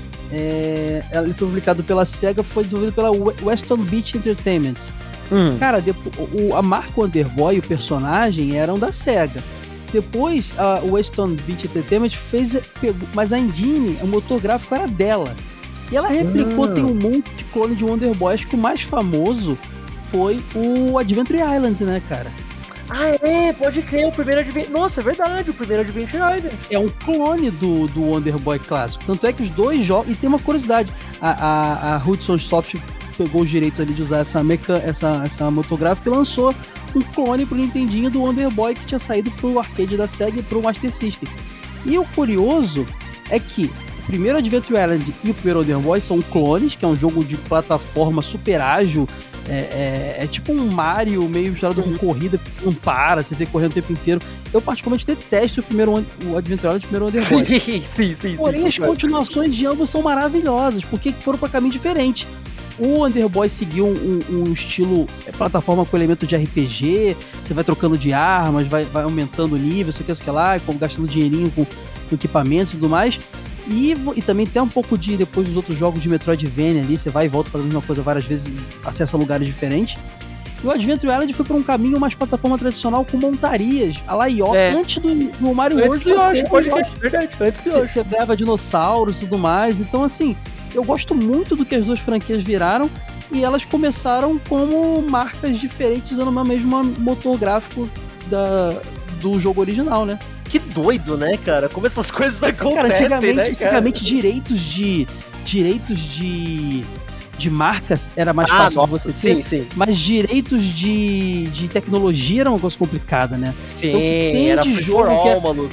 É, ele foi publicado pela SEGA, foi desenvolvido pela We- Western Beach Entertainment. Hum. Cara, depo- o, a marca Wonder Boy, o personagem, eram da SEGA. Depois, a Western Beach Entertainment fez, pegou, mas a engine, o motor gráfico era dela. E ela replicou, Ah. tem um monte de clone de Wonder Boy. Acho que o mais famoso foi o Adventure Island, né, cara? Ah, é, pode crer, o primeiro Adventure. Nossa, é verdade, o primeiro Adventure Island. É um clone do, do Wonder Boy clássico. Tanto é que os dois jogos... E tem uma curiosidade. A, a, a Hudson Soft pegou os direitos ali de usar essa, meca, essa, essa motográfica e lançou um clone pro Nintendinho do Wonder Boy que tinha saído pro arcade da SEGA e pro Master System. E o curioso é que o primeiro Adventure Island e o primeiro Wonder Boy são clones, que é um jogo de plataforma super ágil. É, é, é tipo um Mario meio misturado com corrida, que você não para, você tem que correr o tempo inteiro. Eu particularmente detesto o primeiro o Adventure Island e o primeiro Wonder Boy. Sim, sim, sim. Porém, sim, as continuações de ambos são maravilhosas, porque foram para caminho diferente. O Wonder Boy seguiu um, um estilo é, plataforma com elemento de R P G, você vai trocando de armas, vai, vai aumentando o nível, sei o que, sei lá, e gastando dinheirinho com, com equipamento e tudo mais. E, e também tem um pouco de, depois dos outros jogos de Metroidvania ali, você vai e volta fazendo a mesma coisa várias vezes, acessa lugares diferentes. E o Adventure Island foi por um caminho mais plataforma tradicional com montarias, a la Yoshi, É. antes do, do Mario Antes World. do Yoshi, ter pode o Yoshi. crer, verdade, antes do Você, Yoshi. você ganhava dinossauros e tudo mais. Então, assim, eu gosto muito do que as duas franquias viraram. E elas começaram como marcas diferentes, usando o mesmo motor gráfico da, do jogo original, né? Que doido, né, cara? Como essas coisas acontecem, Cara, antigamente, né, cara? antigamente direitos de. Direitos de. de marcas era mais Ah, fácil nossa, de você ter. sim, sim. Mas direitos de, de tecnologia era uma coisa complicada, né? Sim, Então, que tem era de free jogo for all, que é- maluco.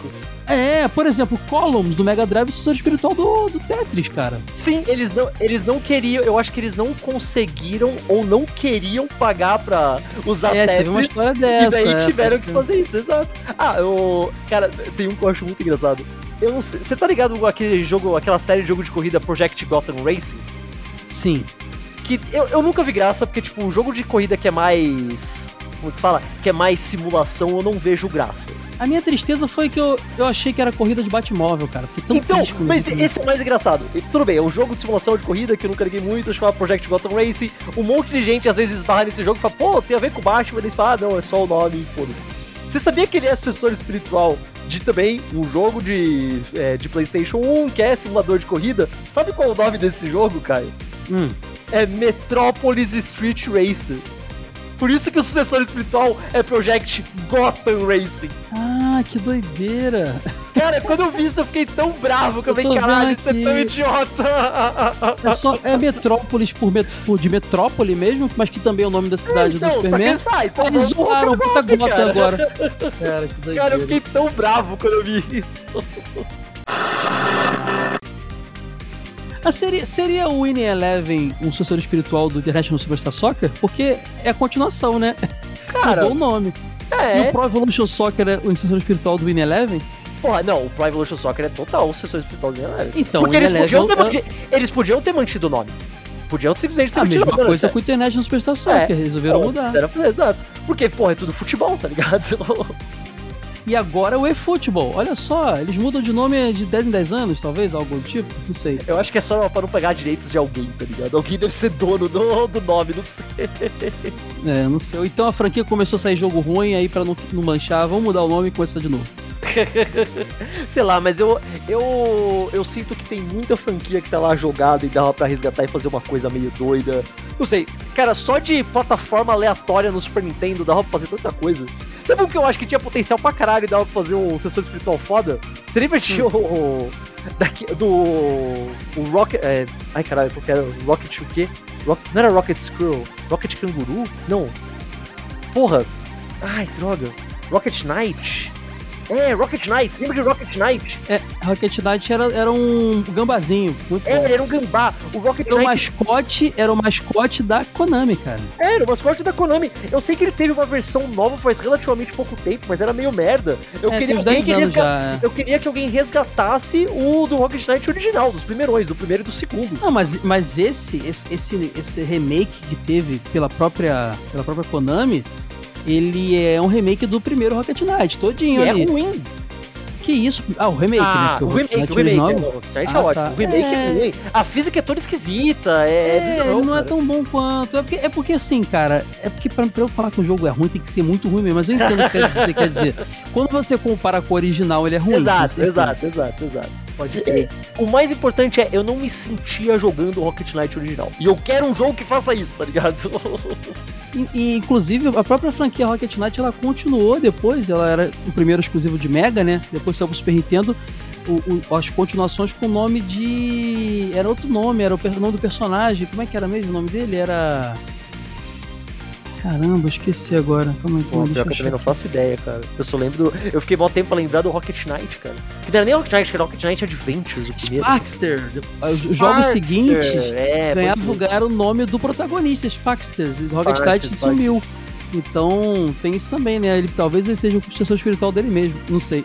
É, por exemplo, Columns do Mega Drive é o sucessor espiritual do, do Tetris, cara. Sim, eles não, eles não queriam, eu acho que eles não conseguiram ou não queriam pagar pra usar É, Tetris. teve uma história dessa. E daí é, tiveram pode que crer. fazer isso, exato. Ah, eu. Cara, tem um que eu acho muito engraçado. Eu não sei. Você tá ligado com aquele jogo, aquela série de jogo de corrida Project Gotham Racing? Sim. Que eu, eu nunca vi graça, porque, tipo, o jogo de corrida que é mais. Como que fala? Que é mais simulação, eu não vejo graça. A minha tristeza foi que eu, eu achei que era corrida de Batmóvel, cara. Fiquei tão Então, triste com mas isso. esse é o mais engraçado. E, tudo bem, é um jogo de simulação de corrida que eu nunca liguei muito, chamado Project Gotham Racing. Um monte de gente às vezes esbarra nesse jogo e fala, pô, tem a ver com o Batman. Eles falam, ah, não, é só o nome, foda-se. Você sabia que ele é sucessor espiritual de também um jogo de, é, de PlayStation um, que é simulador de corrida? Sabe qual é o nome desse jogo, Caio? Hum. É Metropolis Street Racer. Por isso que o sucessor espiritual é Project Gotham Racing. Ah, que doideira. Cara, quando eu vi isso eu fiquei tão bravo que eu, Eu tô falei, caralho, vendo isso é tão aqui. idiota. É, só, é Metrópolis por, met, por de Metrópole mesmo, mas que também é o nome da cidade Então, do só que Superman. eles, vai, então Aí eles vamos zoaram, colocar puta nome, gota cara. agora. Cara, que doideira. Cara, eu fiquei tão bravo quando eu vi isso. Ah, seria, seria o Winning Eleven um sucessor espiritual do International Superstar Soccer? Porque é a continuação, né? Cara, Mudou o nome. E é. o Pro Evolution Soccer é o sucessor espiritual do Winning Eleven? Porra, não, o Pro Evolution Soccer é total o sucessor espiritual do Eleven. Então, Porque o eles Winning podiam, ter, Eleven é- manti- eles podiam ter mantido o nome. Podiam simplesmente ter A mantido mesma o nome. coisa sério. com o International Superstar Soccer, resolveram Pô, mudar. fizeram fazer, exato. Porque, porra, é tudo futebol, tá ligado? E agora é o eFootball. Olha só, eles mudam de nome de dez em dez anos, talvez, algo do tipo, não sei. Eu acho que é só pra não pegar direitos de alguém, tá ligado? Alguém deve ser dono do, do nome, não sei. É, não sei. Ou então a franquia começou a sair jogo ruim, aí pra não, não manchar, vamos mudar o nome e começar de novo. Sei lá, mas eu, eu eu sinto que tem muita franquia que tá lá jogada e dava pra resgatar e fazer uma coisa meio doida. Não sei, cara, só de plataforma aleatória no Super Nintendo dava pra fazer tanta coisa. Sabe o que eu acho que tinha potencial pra caralho e dava pra fazer um sucessor espiritual foda? Você lembra de o, o daqui, do o Rocket... É, ai caralho, porque era Rocket o quê? Rock, não era Rocket Squirrel? Rocket Canguru? Não. Porra. Ai, droga. Rocket Knight? É, Rocket Knight, lembra de Rocket Knight? É, Rocket Knight era, era um gambazinho, muito É, bom. ele era um gambá. O Rocket Era o Knight mascote, era o mascote da Konami, cara. era o mascote da Konami. Eu sei que ele teve uma versão nova faz relativamente pouco tempo, mas era meio merda. Eu, É, queria, tem uns alguém dez que anos resga- já, é. eu queria que alguém resgatasse o do Rocket Knight original, dos primeirões, do primeiro e do segundo. Não, mas, mas esse, esse, esse, esse remake que teve pela própria, pela própria Konami, ele é um remake do primeiro Rocket Knight, todinho E é ali. ruim. Que isso? Ah, o remake, né? Ah, Porque o Rocket remake, Knight o remake. original- é, o Rocket Knight é Ah, ótimo. tá. O remake é... É. ruim. A física é toda esquisita, é, É, bizarro, ele não é cara. tão bom quanto. É porque, é porque assim, cara, é porque pra, pra eu falar que o jogo é ruim tem que ser muito ruim mesmo. Mas eu entendo o que você quer dizer. Quando você compara com o original, ele é ruim. com Exato, certeza. exato, exato, exato. Pode crer. O mais importante é, eu não me sentia jogando o Rocket Knight original. E eu quero um jogo que faça isso, tá ligado? E, e, inclusive, a própria franquia Rocket Knight, ela continuou depois. Ela era o primeiro exclusivo de Mega, né? Depois saiu pro Super Nintendo. O, o, as continuações com o nome de... Era outro nome, era o per- nome do personagem. Como é que era mesmo o nome dele? Era... Caramba, esqueci agora. Calma aí, Pô, calma aí, pior que eu deixa também não faço ideia, cara. Eu só lembro do... Eu fiquei mó tempo pra lembrar do Rocket Knight, cara. Que não era nem Rocket Knight, que era Rocket Knight Adventures, o primeiro. Sparkster. Os jogos Sparkster, seguintes é, ganhavam pode- lugar o nome do protagonista, Sparkster. O Rocket Sparkster, Knight sumiu. Então, tem isso também, né? Ele, talvez ele seja o sucessor espiritual dele mesmo. Não sei.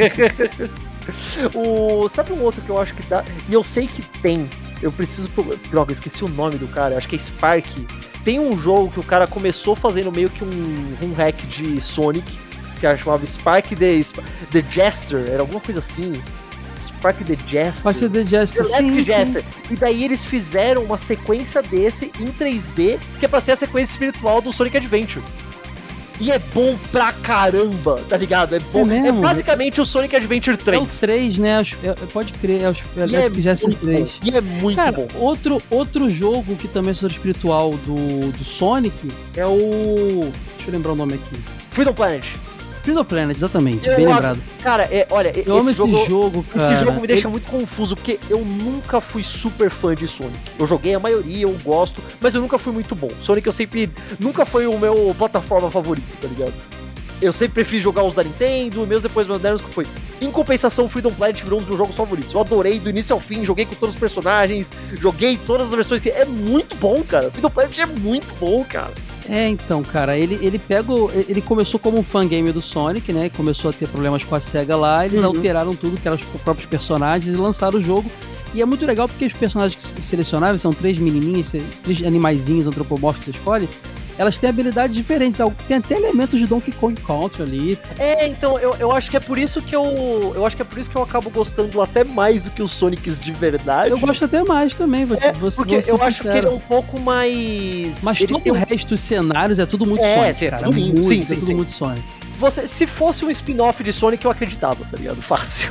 o... Sabe um outro que eu acho que dá... E eu sei que tem. Eu preciso... Droga, eu esqueci o nome do cara. Acho que é Spark. Tem um jogo que o cara começou fazendo meio que um, um hack de Sonic, que chamava Spark the, the Jester. Era alguma coisa assim. Spark the Jester. Pode ser The Jester, Electric sim, sim. Jester. E daí eles fizeram uma sequência desse em três D, que é pra ser a sequência espiritual do Sonic Adventure. E é bom pra caramba, tá ligado? É bom. É mesmo? É basicamente o Sonic Adventure É o três. três, né? Acho- é- pode crer, é o E é Electric Jester muito três. bom. E é muito Cara, bom. outro, outro jogo que também é sucessor espiritual do, do Sonic é o... Deixa eu lembrar o nome aqui. Freedom Planet. Freedom Planet, exatamente, Eu bem amo- lembrado. Cara, é, olha, Eu amo esse esse jogo... jogo, cara. Esse jogo me deixa Ele- muito confuso, porque eu nunca fui super fã de Sonic. Eu joguei a maioria, eu gosto, mas eu nunca fui muito bom. Sonic eu sempre... Nunca foi o meu plataforma favorito, tá ligado? Eu sempre prefiro jogar os da Nintendo, mesmo depois modernos que foi. Em compensação, Freedom Planet virou um dos meus jogos favoritos. Eu adorei do início ao fim, joguei com todos os personagens, joguei todas as versões que... É muito bom, cara. Freedom Planet é muito bom, cara. É, então, cara, ele, ele pega o, ele começou como um fangame do Sonic, né? Começou a ter problemas com a SEGA lá, eles uhum. alteraram tudo, que eram os próprios personagens, e lançaram o jogo. E é muito legal porque os personagens que selecionáveis são três menininhas, três animaizinhos antropomórficos que você escolhe. Elas têm habilidades diferentes, tem até elementos de Donkey Kong Country ali. É, então, eu, eu acho que é por isso que eu. Eu acho que é por isso que eu acabo gostando até mais do que os Sonics de verdade. Eu gosto até mais também, vou, é, vou, porque vou eu acho que ele é um pouco mais. Mas ele todo o um... resto dos cenários é tudo muito é, Sonic, sim, cara. É tudo lindo. Muito, sim, é sim, tudo sim. muito Sonic. Você, se fosse um spin-off de Sonic, eu acreditava, tá ligado? Fácil.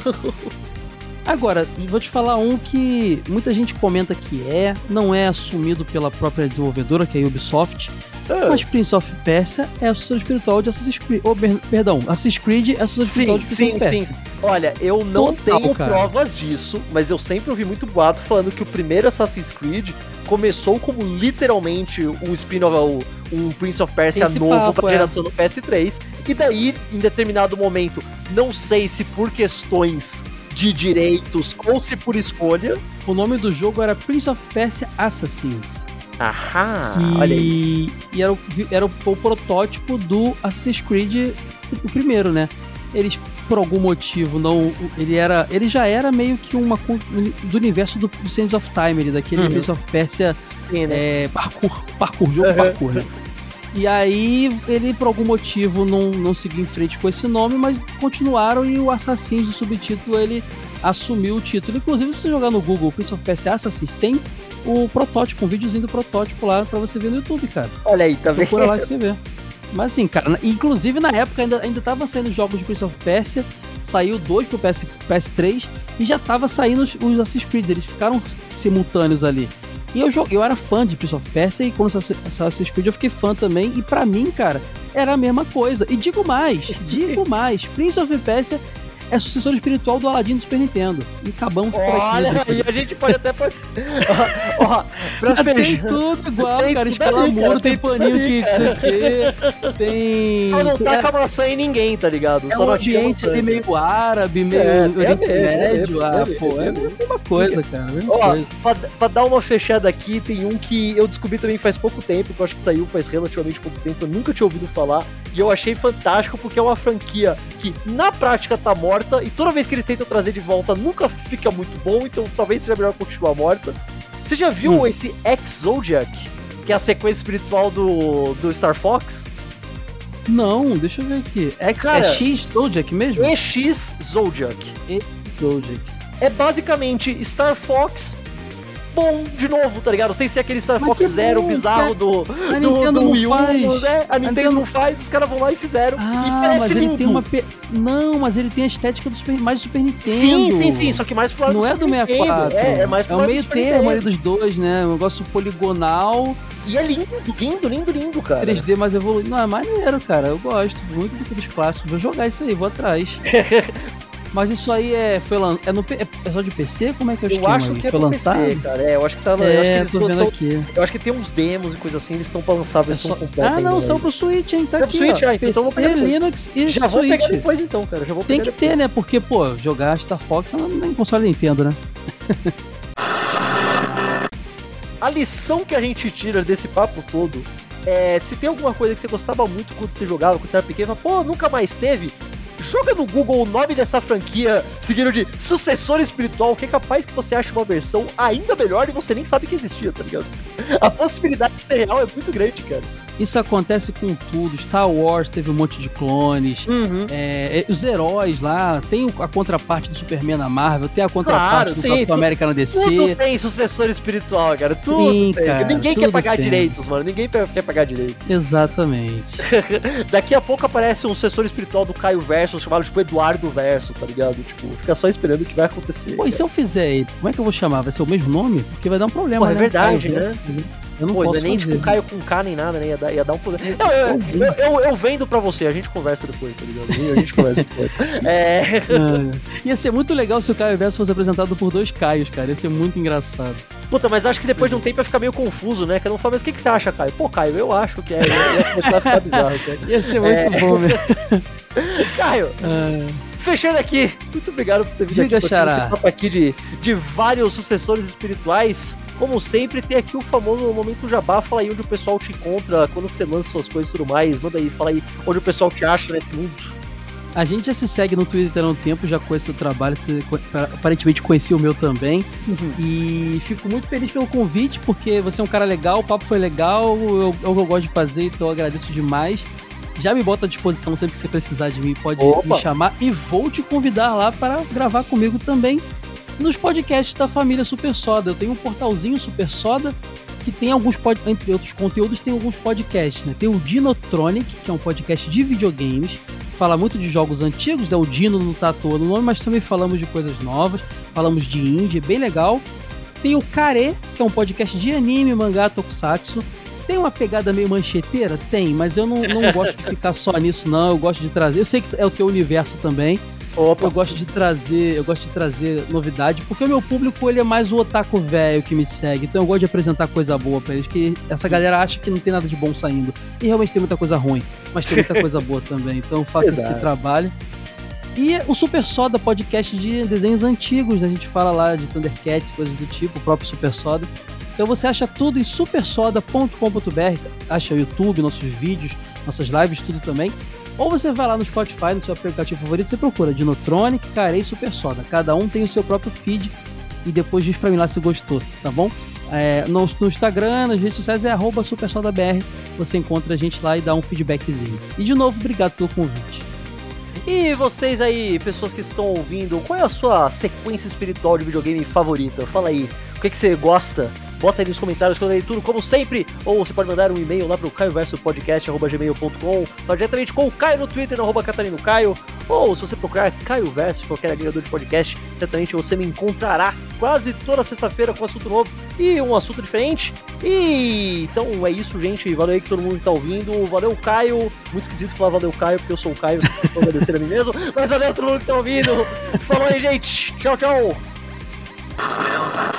Agora, vou te falar um que muita gente comenta que é, não é assumido pela própria desenvolvedora, que é a Ubisoft, ah. mas Prince of Persia é o sucessor espiritual de Assassin's Creed. Oh, perdão, Assassin's Creed é o sucessor espiritual de Prince sim, of Persia. Sim, sim. Olha, eu não Total, tenho cara. provas disso, mas eu sempre ouvi muito boato falando que o primeiro Assassin's Creed começou como literalmente um spin-off, um Prince of Persia Esse novo papo, pra é. geração do P S três, e daí, em determinado momento, não sei se por questões de direitos ou se por escolha. O nome do jogo era Prince of Persia Assassins. Ahá, e, olha aí. E era, o, era o, o protótipo do Assassin's Creed, o primeiro, né? Eles, por algum motivo, não... Ele, era, ele já era meio que uma... do universo do Sands of Time, ele, daquele uhum. Prince of Persia Sim, né? é, parkour, parkour, jogo uhum. parkour, né? E aí, ele, por algum motivo, não, não seguiu em frente com esse nome, mas continuaram, e o Assassins, do subtítulo, ele assumiu o título. Inclusive, se você jogar no Google Prince of Persia Assassins, tem o protótipo, um videozinho do protótipo lá pra você ver no YouTube, cara. Olha aí, tá vendo? Procura lá que você vê. Mas assim, cara, inclusive na época ainda, ainda tava saindo jogos de Prince of Persia, saiu dois pro P S, P S três, e já tava saindo os, os Assassin's Creed, eles ficaram simultâneos ali. E eu, eu era fã de Prince of Persia, e quando saiu Assassin's Creed eu fiquei fã também, e pra mim, cara, era a mesma coisa. E digo mais, digo mais, Prince of Persia é sucessor espiritual do Aladdin do Super Nintendo. E acabamos por aqui. Olha aí, a gente pode até... Pode... ó, ó, pra Já fechar... tem tudo igual, tem cara. tudo Escala ali, muro, cara, tem, tem paninho ali, que, que tem... Só não é, taca maçã em ninguém, tá ligado? É Só uma não atira ambiente maçã. ali meio árabe, meio É, Oriente é mesmo, Médio. é Ah, mesmo, pô, é é a mesmo. mesma coisa, cara. A mesma Ó, coisa. pra, pra dar uma fechada aqui, tem um que eu descobri também faz pouco tempo, que eu acho que saiu faz relativamente pouco tempo, eu nunca tinha ouvido falar, e eu achei fantástico, porque é uma franquia que na prática tá morta, e toda vez que eles tentam trazer de volta, nunca fica muito bom, então talvez seja melhor continuar morta. Você já viu Hum. esse X-Zodiac, que é a sequência espiritual do, do Star Fox? Não, deixa eu ver aqui. X, Cara, é X Zodiac mesmo? E X Zodiac. X Zodiac. É basicamente Star Fox bom de novo, tá ligado? Sem ser aquele Star Mas Fox que Zero bom, bizarro cara. do, A do, Nintendo do não Wii U, faz. né? A A Nintendo Nintendo- não faz, os caras vão lá e fizeram. Ah, e mas parece ele lindo. tem uma... Pe... Não, mas ele tem a estética do Super... mais do Super Nintendo. Sim, sim, sim, só que mais pro lado Não do é Super do sessenta e quatro. Nintendo. É, é mais pro É o lado meio do Super termo ali Nintendo. dos dois, né? Um negócio poligonal, E é lindo, lindo, lindo, lindo, cara. três D mais evoluído. Não, é maneiro, cara. Eu gosto muito daqueles clássicos. Vou jogar isso aí, vou atrás. Mas isso aí é, foi lan... é, no P... é só de P C? Como é que é o Eu esquema acho aí? que é foi pro lançado? P C, cara. É, eu acho que tá no, eu acho que É, eles tô vendo tão- aqui. Eu acho que tem uns demos e coisa assim, eles estão pra lançar a É versão só... completa. Ah, não, ainda, são mas- pro Switch, hein? Tá É pro aqui, Switch, ó. ah, então eu vou P C, pegar depois. Linux e Já vou Switch. pegar depois então, cara. Já vou Tem pegar que depois. ter, né? Porque, pô, jogar Star Fox não é em console Nintendo, né? A lição que a gente tira desse papo todo é, se tem alguma coisa que você gostava muito quando você jogava, quando você era pequeno, fala, pô, nunca mais teve, joga no Google o nome dessa franquia, seguido de sucessor espiritual, que é capaz que você ache uma versão ainda melhor e você nem sabe que existia, tá ligado? A possibilidade de ser real é muito grande, cara. Isso acontece com tudo. Star Wars teve um monte de clones. Uhum. É, os heróis lá, tem a contraparte do Superman na Marvel, tem a contraparte Claro, do sim, Capitão tu- América na D C. Tudo tem sucessor espiritual, cara. Tudo Sim, tem. cara, Ninguém quer tudo pagar tem. direitos, mano. Ninguém quer pagar direitos. Exatamente. Daqui a pouco aparece um sucessor espiritual do Caio Verso, chamado tipo Eduardo Verso, tá ligado? Tipo, fica só esperando o que vai acontecer. Pô, e se eu fizer ele, como é que eu vou chamar? Vai ser o mesmo nome? Porque vai dar um problema, Pô, é né? verdade, Caio, né? Eu não Pô, não posso é nem fazer. tipo Caio com K nem nada, né? Ia dar, ia dar um problema. Não, eu, eu, eu, eu vendo pra você, a gente conversa depois, tá ligado? A gente conversa depois. É. Ah, ia ser muito legal se o Caio Verso fosse apresentado por dois Caios, cara. Ia ser muito engraçado. Puta, mas acho que depois de um tempo vai ficar meio confuso, né? Cada um fala, mas o que, que você acha, Caio? Pô, Caio, eu acho que é. Ia começar a ficar bizarro, né? Ia ser muito é... bom, né? Caio, ah. fechando aqui, muito obrigado por ter vindo Diga, aqui para esse papo aqui de, de vários sucessores espirituais. Como sempre, tem aqui o famoso momento jabá. Fala aí onde o pessoal te encontra, quando você lança suas coisas e tudo mais. Manda aí, fala aí onde o pessoal te acha nesse mundo. A gente já se segue no Twitter há um tempo, já conhece o seu trabalho, você aparentemente conhecia o meu também. Uhum. E fico muito feliz pelo convite, porque você é um cara legal, o papo foi legal, eu, é o que eu gosto de fazer, então eu agradeço demais. Já me bota à disposição sempre que você precisar de mim, pode Opa. me chamar. E vou te convidar lá para gravar comigo também nos podcasts da família Super Soda. Eu tenho um portalzinho Super Soda que tem alguns, pod... entre outros conteúdos, tem alguns podcasts, né? Tem o Dinotronic, que é um podcast de videogames, fala muito de jogos antigos, né? O Dino não tá à toa no nome, mas também falamos de coisas novas, falamos de indie, bem legal. Tem o Kare, que é um podcast de anime, mangá, tokusatsu. Tem uma pegada meio mancheteira? Tem, mas eu não, não gosto de ficar só nisso, não. Eu gosto de trazer... Eu sei que é o teu universo também. Opa. Eu gosto de trazer, eu gosto de trazer novidade, porque o meu público, ele é mais o otaku velho que me segue, então eu gosto de apresentar coisa boa pra eles, que essa galera acha que não tem nada de bom saindo, e realmente tem muita coisa ruim, mas tem muita coisa boa também, então eu faço Verdade. esse trabalho. E o Super Soda, podcast de desenhos antigos, a gente fala lá de Thundercats, coisas do tipo, o próprio Super Soda. Então você acha tudo em super soda ponto com ponto b r, acha o YouTube, nossos vídeos, nossas lives, tudo também. Ou você vai lá no Spotify, no seu aplicativo favorito, você procura Dinotronic, Kare e Super Soda. Cada um tem o seu próprio feed e depois diz pra mim lá se gostou, tá bom? É, no, no Instagram, nas redes sociais é arroba supersodabr. Você encontra a gente lá e dá um feedbackzinho. E de novo, obrigado pelo convite. E vocês aí, pessoas que estão ouvindo, qual é a sua sequência espiritual de videogame favorita? Fala aí, o que, que você gosta? Bota aí nos comentários que eu leio tudo, como sempre. Ou você pode mandar um e-mail lá pro caioversopodcast arroba gmail ponto com, fala diretamente com o Caio no Twitter, no arroba Catarino Caio. Ou se você procurar Caio Verso, qualquer agregador de podcast, certamente você me encontrará quase toda sexta-feira com um assunto novo e um assunto diferente. E então é isso, gente. Valeu aí que todo mundo que tá ouvindo. Valeu, Caio. Muito esquisito falar valeu, Caio, porque eu sou o Caio, vou agradecer a mim mesmo. Mas valeu todo mundo que tá ouvindo. Falou aí, gente. Tchau, tchau.